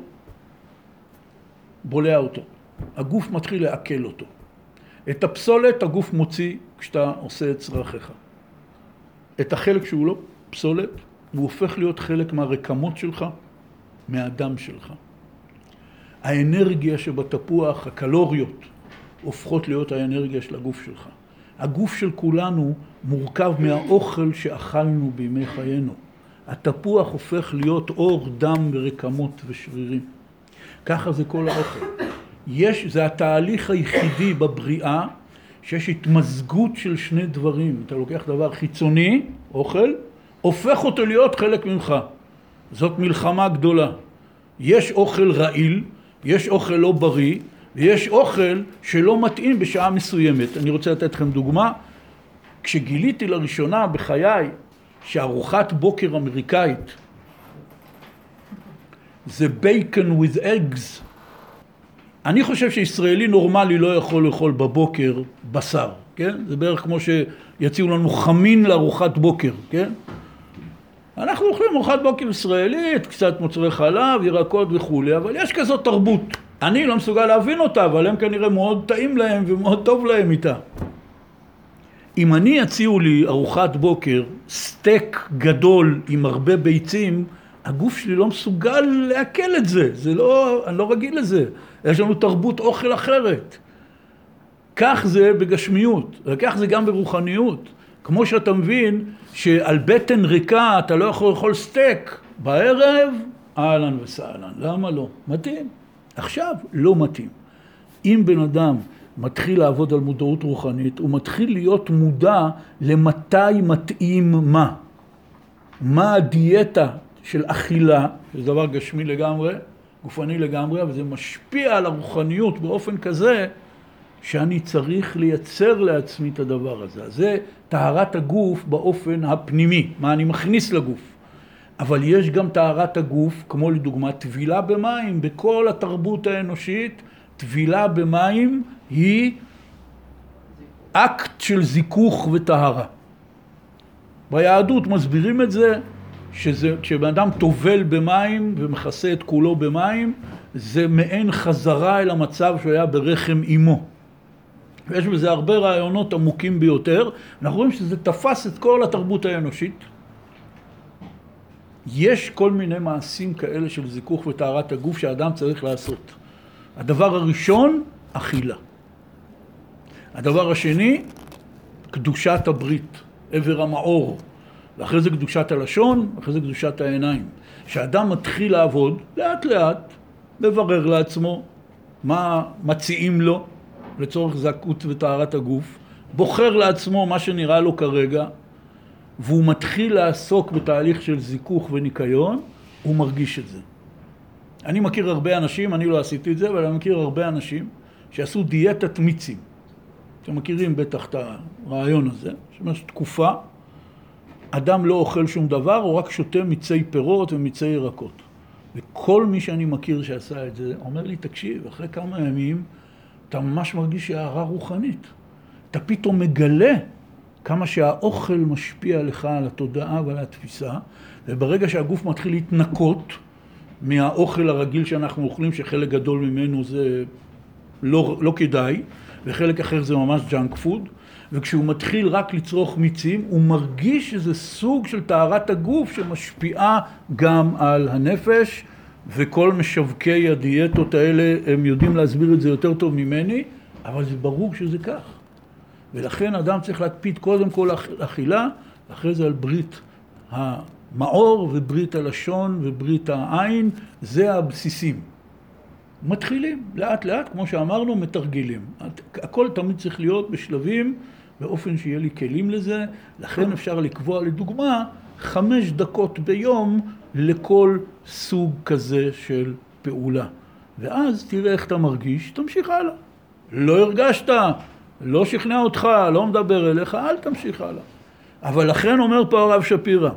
בולע אותו. הגוף מתחיל לעכל אותו. את הפסולת הגוף מוציא כשאתה עושה את צרכיך. את החלק שהוא לא פסולת, הוא הופך להיות חלק מהרקמות שלך, מהדם שלך. האנרגיה שבתפוח, הקלוריות, הופכות להיות האנרגיה של הגוף שלך. הגוף של כולנו מורכב מהאוכל שאכלנו בימי חיינו. התפוח הופך להיות אור, דם ורקמות ושרירים. ככה זה כל האוכל. זה התהליך היחידי בבריאה שיש התמזגות של שני דברים. אתה לוקח דבר חיצוני, אוכל, הופך אותו להיות חלק ממך. זאת מלחמה גדולה. יש אוכל רעיל, יש אוכל לא בריא, ויש אוכל שלא מתאים בשעה מסוימת. אני רוצה לתת לכם דוגמה. כשגיליתי לראשונה בחיי שארוחת בוקר אמריקאית זה bacon with eggs, אני חושב שישראלי נורמלי לא יכול לאכול בבוקר בשר, כן? זה בערך כמו שיציעו לנו חמין לארוחת בוקר, כן? אנחנו אוכלים ארוחת בוקר ישראלית, קצת מוצרי חלב, ירקות וכולי, אבל יש כזאת תרבות. אני לא מסוגל להבין אותה, אבל הם כנראה מאוד טעים להם ומאוד טוב להם איתה. אם אני יציעו לי ארוחת בוקר, סטייק גדול עם הרבה ביצים, הגוף שלי לא מסוגל לעכל את זה. אני לא רגיל לזה. יש לנו תרבות אוכל אחרת. כך זה בגשמיות, וכך זה גם ברוחניות. כמו שאתה מבין שעל בטן ריקה אתה לא יכול לאכול סטייק בערב, אהלן וסהלן. למה לא? מתאים. עכשיו לא מתאים. אם בן אדם מתחיל לעבוד על מודעות רוחנית, הוא מתחיל להיות מודע למתי מתאים מה. מה הדיאטה של אכילה, זה דבר גשמי לגמרי, גופני לגמרי, אבל זה משפיע על הרוחניות באופן כזה שאני צריך לייצר לעצמי את הדבר הזה. אז זה טהרת הגוף באופן הפנימי, מה אני מכניס לגוף. אבל יש גם טהרת הגוף, כמו לדוגמה טבילה במים, בכל התרבות האנושית, טבילה במים היא אקט של זיכוך וטהרה. ביהדות מסבירים את זה, כשבן אדם טובל במים ומכסה את כולו במים, זה מעין חזרה אל המצב שהוא היה ברחם אמו. ויש בזה הרבה רעיונות עמוקים ביותר. אנחנו רואים שזה תפס את כל התרבות האנושית. יש כל מיני מעשים כאלה של זיכוך וטהרת הגוף שהאדם צריך לעשות. הדבר הראשון, אכילה. הדבר השני, קדושת הברית, עבר המאור. ואחרי זה קדושת הלשון, ואחרי זה קדושת העיניים. כשאדם מתחיל לעבוד, לאט לאט, מברר לעצמו מה מציעים לו לצורך זכות וטהרת הגוף, בוחר לעצמו מה שנראה לו כרגע, והוא מתחיל לעסוק בתהליך של זיכוך וניקיון, הוא מרגיש את זה. אני מכיר הרבה אנשים, אני לא עשיתי את זה, אבל אני מכיר הרבה אנשים שעשו דיאטת מיצים. אתם מכירים בטח את הרעיון הזה, שמש תקופה, אדם לא אוכל שום דבר, הוא רק שותה מיצי פירות ומיצי ירקות. וכל מי שאני מכיר שעשה את זה, אומר לי, תקשיב, אחרי כמה ימים, אתה ממש מרגיש הערה רוחנית. אתה פתאום מגלה כמה שהאוכל משפיע לך על התודעה ועל התפיסה, וברגע שהגוף מתחיל להתנקות מהאוכל הרגיל שאנחנו אוכלים, שחלק גדול ממנו זה לא כדאי, וחלק אחר זה ממש ג'אנק פוד, וכשהוא מתחיל רק לצרוך מיצים, הוא מרגיש שזה סוג של טהרת הגוף שמשפיעה גם על הנפש, וכל משווקי הדיאטות האלה הם יודעים להסביר את זה יותר טוב ממני, אבל זה ברור שזה כך. ולכן אדם צריך להקפיד קודם כל אכילה, ואחרי זה על ברית המאור וברית הלשון וברית העין, זה הבסיסים. מתחילים לאט לאט, כמו שאמרנו, מתרגילים. הכל תמיד צריך להיות בשלבים באופן שיהיה לי כלים לזה. לכן אפשר לקבוע לדוגמה 5 דקות ביום לכל סוג כזה של פעולה. ואז תראה איך אתה מרגיש, תמשיך הלאה. לא הרגשת, לא שכנע אותך, לא מדבר אליך, אל תמשיך הלאה. אבל לכן אומר פה הרב שפירא,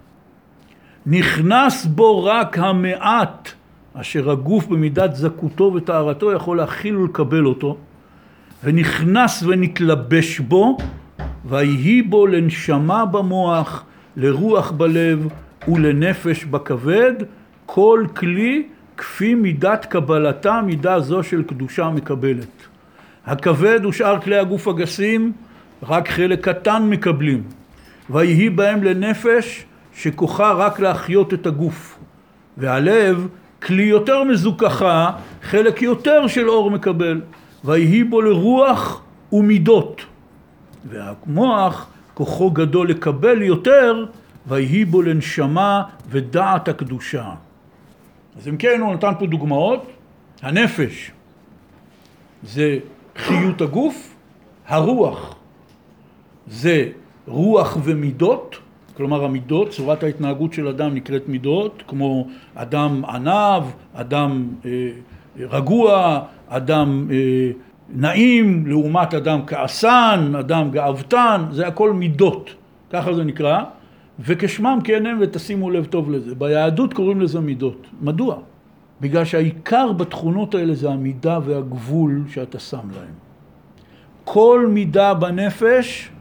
נכנס בו רק המעט אשר הגוף במידת זכותו וטהרתו יכול להכיל ולקבל אותו, ונכנס ונתלבש בו, ויהי בו לנשמה במוח, לרוח בלב ולנפש בכבד, כל כלי כפי מידת קבלתה, מידה זו של קדושה מקבלת. הכבד ושאר כלי הגוף הגסים, רק חלק קטן מקבלים. ויהי בהם לנפש שכוחה רק להחיות את הגוף. והלב, כלי יותר מזוכחה, חלק יותר של אור מקבל. ויהי בו לרוח ומידות. והמוח, כוחו גדול לקבל יותר, ויהי בו לנשמה ודעת הקדושה. אז אם כן, הוא נתן פה דוגמאות. הנפש זה חיות הגוף, הרוח זה רוח ומידות, כלומר המידות, צורת ההתנהגות של אדם נקראת מידות, כמו אדם ענב, אדם רגוע, אדם נעים, לעומת אדם כעסן, אדם גאוותן, זה הכל מידות, ככה זה נקרא, וכשמם כן הם, ותשימו לב טוב לזה. ביהדות קוראים לזה מידות. מדוע? בגלל שהעיקר בתכונות האלה זה המידה והגבול שאתה שם להם. כל מידה בנפש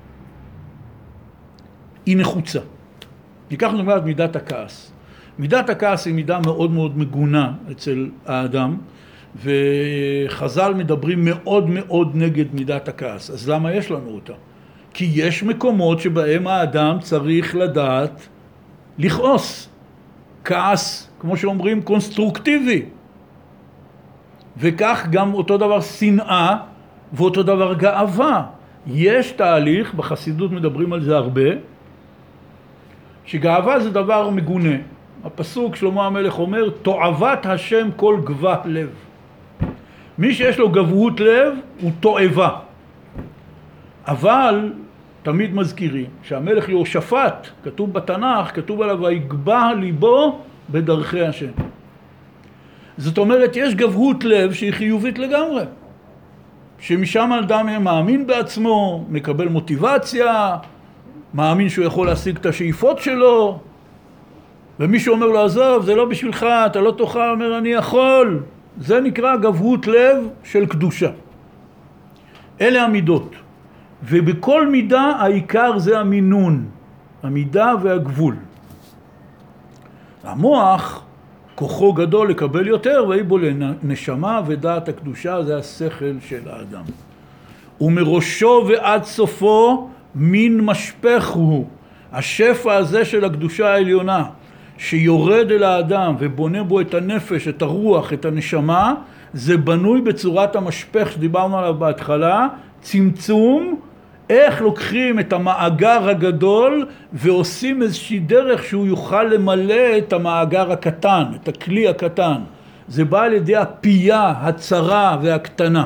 היא נחוצה. ניקח לדוגמה את מידת הכעס. מידת הכעס היא מידה מאוד מאוד מגונה אצל האדם, וחז"ל מדברים מאוד מאוד נגד מידת הכעס. אז למה יש לנו אותה? כי יש מקומות שבהם האדם צריך לדעת לכעוס. כעס, כמו שאומרים, קונסטרוקטיבי. וכך גם אותו דבר שנאה ואותו דבר גאווה. יש תהליך, בחסידות מדברים על זה הרבה, שגאווה זה דבר מגונה. הפסוק שלמה המלך אומר, תועבת השם כל גבה לב. מי שיש לו גבהות לב הוא תועבה. אבל תמיד מזכירים שהמלך יהושפט, כתוב בתנ"ך, כתוב עליו, ויגבה ליבו בדרכי השם. זאת אומרת, יש גבהות לב שהיא חיובית לגמרי. שמשם האדם מאמין בעצמו, מקבל מוטיבציה, מאמין שהוא יכול להשיג את השאיפות שלו, ומישהו אומר לו, עזוב, זה לא בשבילך, אתה לא תוכל, אומר, אני יכול. זה נקרא גבהות לב של קדושה. אלה המידות. ובכל מידה העיקר זה המינון, המידה והגבול. המוח, כוחו גדול לקבל יותר, ויהי בו לנשמה ודעת הקדושה, זה השכל של האדם. ומראשו ועד סופו מין משפך הוא. השפע הזה של הקדושה העליונה, שיורד אל האדם ובונה בו את הנפש, את הרוח, את הנשמה, זה בנוי בצורת המשפך שדיברנו עליו בהתחלה, צמצום, איך לוקחים את המאגר הגדול ועושים איזושהי דרך שהוא יוכל למלא את המאגר הקטן, את הכלי הקטן. זה בא על ידי הפייה, הצרה והקטנה.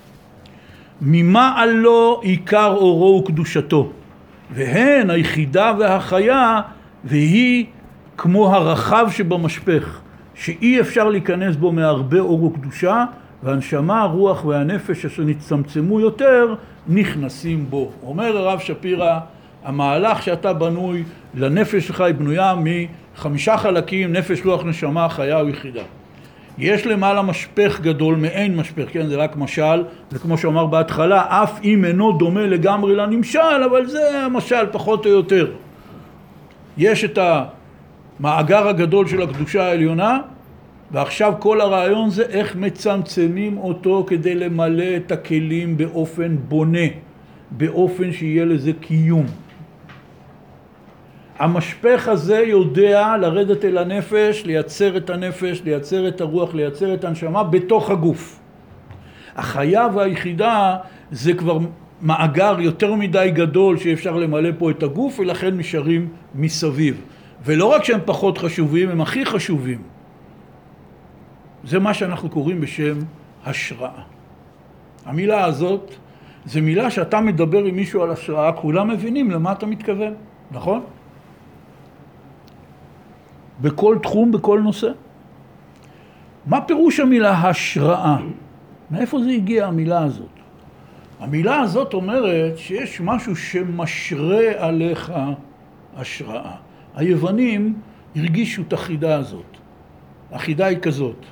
ממעל לו עיקר אורו וקדושתו, והן היחידה והחיה, והיא כמו הרחב שבמשפך, שאי אפשר להיכנס בו מהרבה אור וקדושה, והנשמה, הרוח והנפש אשר נצמצמו יותר, נכנסים בו. אומר הרב שפירא, המהלך שאתה בנוי לנפש שלך היא בנויה מ5 חלקים, נפש, רוח, נשמה, חיה ויחידה. יש למעלה משפך גדול, מעין משפך, כן, זה רק משל, זה כמו שאמר בהתחלה, אף אם אינו דומה לגמרי לנמשל, אבל זה המשל פחות או יותר. יש את המאגר הגדול של הקדושה העליונה, ועכשיו כל הרעיון זה איך מצמצמים אותו כדי למלא את הכלים באופן בונה, באופן שיהיה לזה קיום. המשפך הזה יודע לרדת אל הנפש, לייצר את הנפש, לייצר את הרוח, לייצר את הנשמה בתוך הגוף. החיה והיחידה זה כבר מאגר יותר מדי גדול שאפשר למלא פה את הגוף, ולכן נשארים מסביב. ולא רק שהם פחות חשובים, הם הכי חשובים. זה מה שאנחנו קוראים בשם השראה. המילה הזאת זו מילה שאתה מדבר עם מישהו על השראה, כולם מבינים למה אתה מתכוון, נכון? בכל תחום, בכל נושא. מה פירוש המילה השראה? מאיפה זה הגיע המילה הזאת? המילה הזאת אומרת שיש משהו שמשרה עליך השראה. היוונים הרגישו את החידה הזאת. החידה היא כזאת.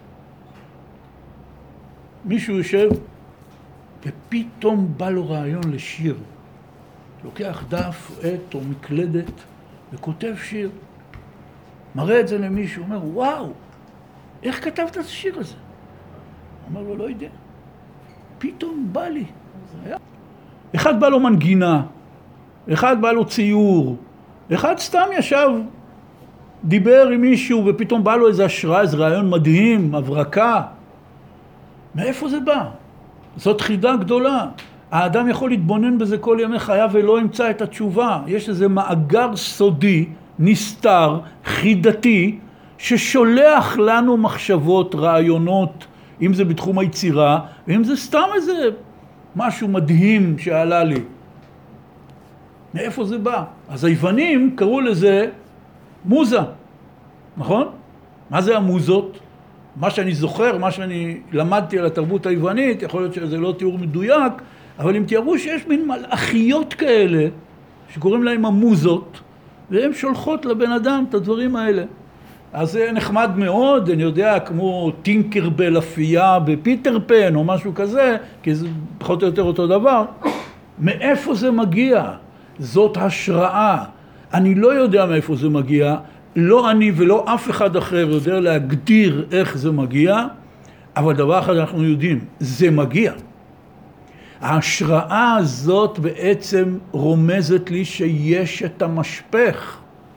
מישהו יושב ופתאום בא לו רעיון לשיר. לוקח דף, עט או מקלדת וכותב שיר. מראה את זה למישהו, אומר, וואו, איך כתבת את השיר הזה? אומר לו, לא יודע. פתאום בא לי. אחד בא לו מנגינה, אחד בא לו ציור, אחד סתם ישב, דיבר עם מישהו ופתאום בא לו איזה השראה, איזה רעיון מדהים, הברקה. מאיפה זה בא? זאת חידה גדולה. האדם יכול להתבונן בזה כל ימי חייו ולא ימצא את התשובה. יש איזה מאגר סודי, נסתר, חידתי, ששולח לנו מחשבות, רעיונות, אם זה בתחום היצירה, ואם זה סתם איזה משהו מדהים שעלה לי. מאיפה זה בא? אז היוונים קראו לזה מוזה, נכון? מה זה המוזות? מה שאני זוכר, מה שאני למדתי על התרבות היוונית, יכול להיות שזה לא תיאור מדויק, אבל הם תיארו שיש מין מלאכיות כאלה, שקוראים להם המוזות, והן שולחות לבן אדם את הדברים האלה. אז זה נחמד מאוד, אני יודע, כמו טינקרבל אפייה בפיטר פן או משהו כזה, כי זה פחות או יותר אותו דבר. מאיפה זה מגיע? זאת השראה. אני לא יודע מאיפה זה מגיע, לא אני ולא אף אחד אחר יודע להגדיר איך זה מגיע, אבל דבר אחד אנחנו יודעים, זה מגיע. ההשראה הזאת בעצם רומזת לי שיש את המשפך.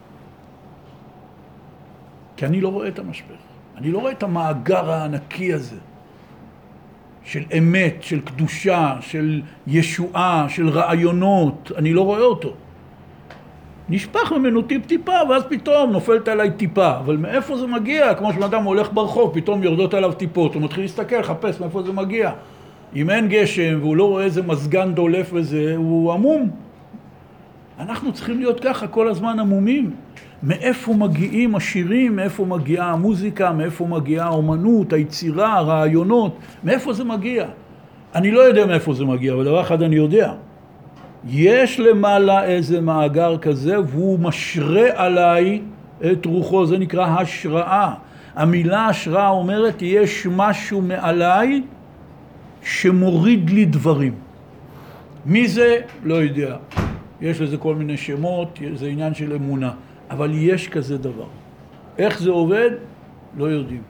כי אני לא רואה את המשפך. אני לא רואה את המאגר הענקי הזה. של אמת, של קדושה, של ישועה, של רעיונות. אני לא רואה אותו. נשפך ממנו טיפה, ואז פתאום נופלת עליי טיפה. אבל מאיפה זה מגיע? כמו שאדם הולך ברחוב, פתאום יורדות עליו טיפות. הוא מתחיל להסתכל, לחפש מאיפה זה מגיע. אם אין גשם והוא לא רואה איזה מזגן דולף וזה, הוא עמום. אנחנו צריכים להיות ככה כל הזמן עמומים. מאיפה מגיעים השירים, מאיפה מגיעה המוזיקה, מאיפה מגיעה האומנות, היצירה, הרעיונות, מאיפה זה מגיע? אני לא יודע מאיפה זה מגיע, אבל דבר אחד אני יודע. יש למעלה איזה מאגר כזה, והוא משרה עליי את רוחו, זה נקרא השראה. המילה השראה אומרת, יש משהו מעליי שמוריד לי דברים. מי זה? לא יודע. יש לזה כל מיני שמות, זה עניין של אמונה. אבל יש כזה דבר. איך זה עובד? לא יודעים.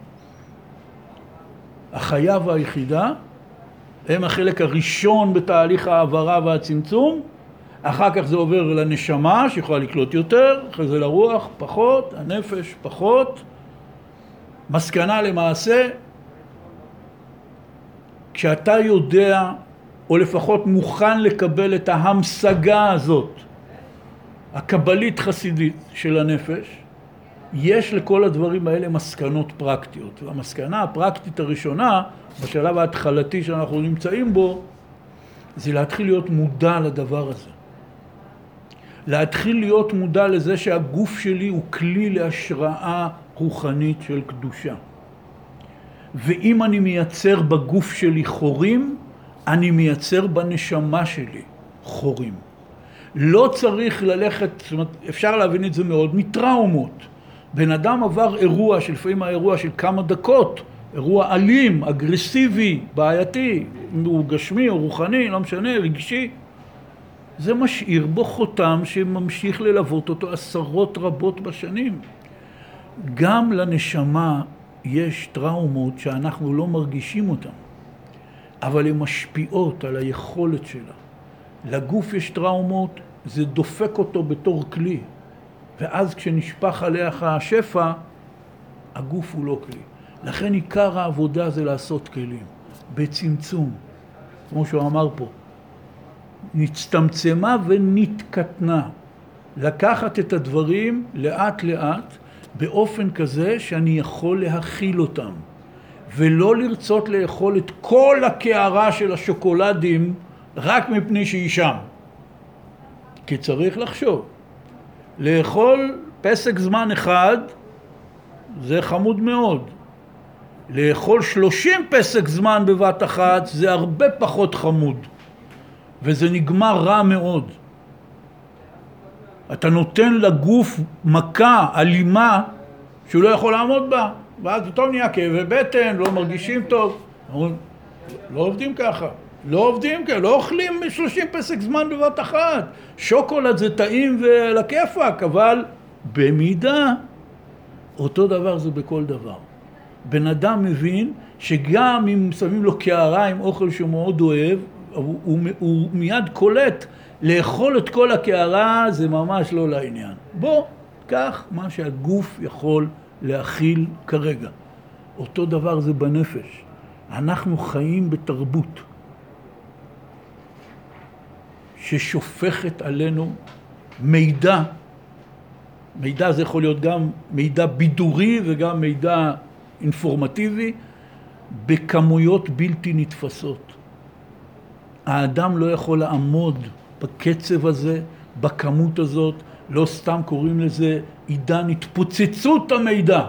החיה והיחידה הם החלק הראשון בתהליך העברה והצמצום, אחר כך זה עובר לנשמה שיכולה לקלוט יותר, אחרי זה לרוח פחות, הנפש פחות. מסקנה למעשה, כשאתה יודע, או לפחות מוכן לקבל את ההמשגה הזאת, הקבלית חסידית של הנפש, יש לכל הדברים האלה מסקנות פרקטיות. והמסקנה הפרקטית הראשונה, בשלב ההתחלתי שאנחנו נמצאים בו, זה להתחיל להיות מודע לדבר הזה. להתחיל להיות מודע לזה שהגוף שלי הוא כלי להשראה רוחנית של קדושה. ואם אני מייצר בגוף שלי חורים, אני מייצר בנשמה שלי חורים. לא צריך ללכת, זאת אומרת, אפשר להבין את זה מאוד, מטראומות. בן אדם עבר אירוע, שלפעמים האירוע של כמה דקות, אירוע אלים, אגרסיבי, בעייתי, הוא גשמי או רוחני, לא משנה, רגשי. זה משאיר בו חותם שממשיך ללוות אותו עשרות רבות בשנים. גם לנשמה יש טראומות שאנחנו לא מרגישים אותן, אבל הן משפיעות על היכולת שלה. לגוף יש טראומות, זה דופק אותו בתור כלי. ואז כשנשפך עליך השפע, הגוף הוא לא כלי. לכן עיקר העבודה זה לעשות כלים, בצמצום. כמו שהוא אמר פה, נצטמצמה ונתקטנה. לקחת את הדברים לאט לאט, באופן כזה שאני יכול להכיל אותם. ולא לרצות לאכול את כל הקערה של השוקולדים רק מפני שהיא שם. כי צריך לחשוב. לאכול פסק זמן אחד זה חמוד מאוד. לאכול 30 פסק זמן בבת אחת זה הרבה פחות חמוד. וזה נגמר רע מאוד. אתה נותן לגוף מכה, אלימה, שהוא לא יכול לעמוד בה. ואז פתאום נהיה כאבי בטן, לא מרגישים טוב. לא עובדים ככה. לא עובדים ככה, לא אוכלים 30 פסק זמן בבת אחת. שוקולד זה טעים ולכיפק, אבל במידה, אותו דבר זה בכל דבר. בן אדם מבין שגם אם שמים לו קערה עם אוכל שהוא מאוד אוהב, הוא מיד קולט, לאכול את כל הקערה זה ממש לא לעניין. בוא, קח מה שהגוף יכול להכיל כרגע. אותו דבר זה בנפש. אנחנו חיים בתרבות ששופכת עלינו מידע. מידע זה יכול להיות גם מידע בידורי וגם מידע אינפורמטיבי בכמויות בלתי נתפסות. האדם לא יכול לעמוד בקצב הזה, בכמות הזאת, לא סתם קוראים לזה עידן התפוצצות המידע.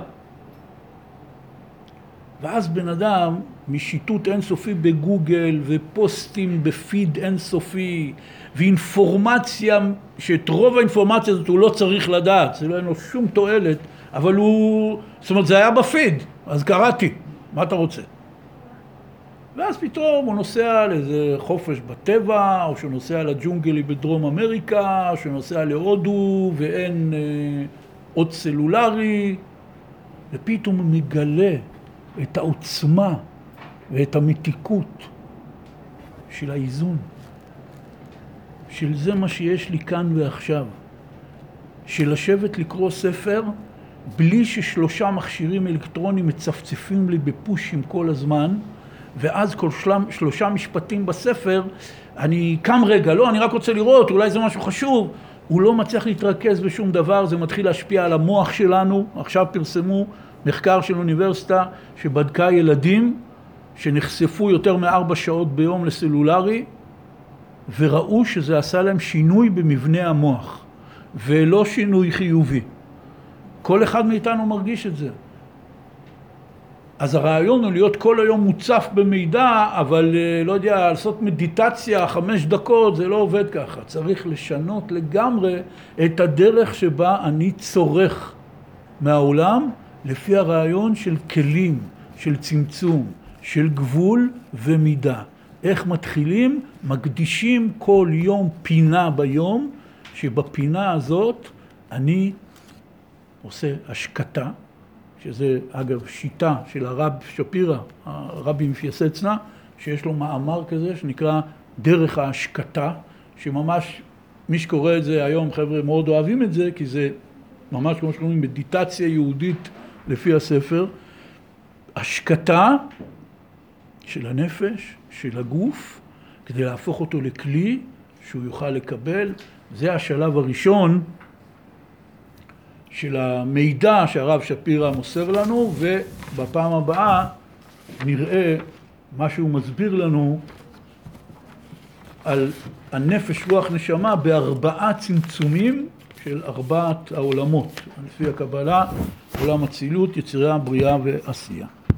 ואז בן אדם משיטוט אינסופי בגוגל ופוסטים בפיד אינסופי ואינפורמציה, שאת רוב האינפורמציה הזאת הוא לא צריך לדעת, זה לא אין לו שום תועלת, אבל זאת אומרת זה היה בפיד, אז קראתי, מה אתה רוצה? ואז פתאום הוא נוסע לאיזה חופש בטבע, או שהוא נוסע לג'ונגלי בדרום אמריקה, או שהוא נוסע להודו ואין עוד סלולרי, ופתאום הוא מגלה את העוצמה ואת המתיקות של האיזון. של זה מה שיש לי כאן ועכשיו. של לשבת לקרוא ספר בלי ש3 מכשירים אלקטרונים מצפצפים לי בפושים כל הזמן, ואז כל 3 משפטים בספר, אני קם רגע, לא, אני רק רוצה לראות, אולי זה משהו חשוב. הוא לא מצליח להתרכז בשום דבר, זה מתחיל להשפיע על המוח שלנו. עכשיו פרסמו מחקר של אוניברסיטה שבדקה ילדים שנחשפו יותר מ4 שעות ביום לסלולרי, וראו שזה עשה להם שינוי במבנה המוח, ולא שינוי חיובי. כל אחד מאיתנו מרגיש את זה. אז הרעיון הוא להיות כל היום מוצף במידע, אבל לא יודע, לעשות מדיטציה 5 דקות, זה לא עובד ככה. צריך לשנות לגמרי את הדרך שבה אני צורך מהעולם, לפי הרעיון של כלים, של צמצום, של גבול ומידה. איך מתחילים? מקדישים כל יום פינה ביום, שבפינה הזאת אני עושה השקטה, שזה אגב שיטה של הרב שפירא, הרבי מפייסצנה, שיש לו מאמר כזה שנקרא דרך ההשקטה, שממש מי שקורא את זה היום, חבר'ה מאוד אוהבים את זה, כי זה ממש כמו שקוראים מדיטציה יהודית לפי הספר. השקטה של הנפש, של הגוף, כדי להפוך אותו לכלי שהוא יוכל לקבל. זה השלב הראשון של המידע שהרב שפירא מוסר לנו, ובפעם הבאה נראה מה שהוא מסביר לנו על הנפש רוח נשמה ב4 צמצומים של 4 העולמות, לפי הקבלה, עולם אצילות, יצירה, בריאה ועשייה.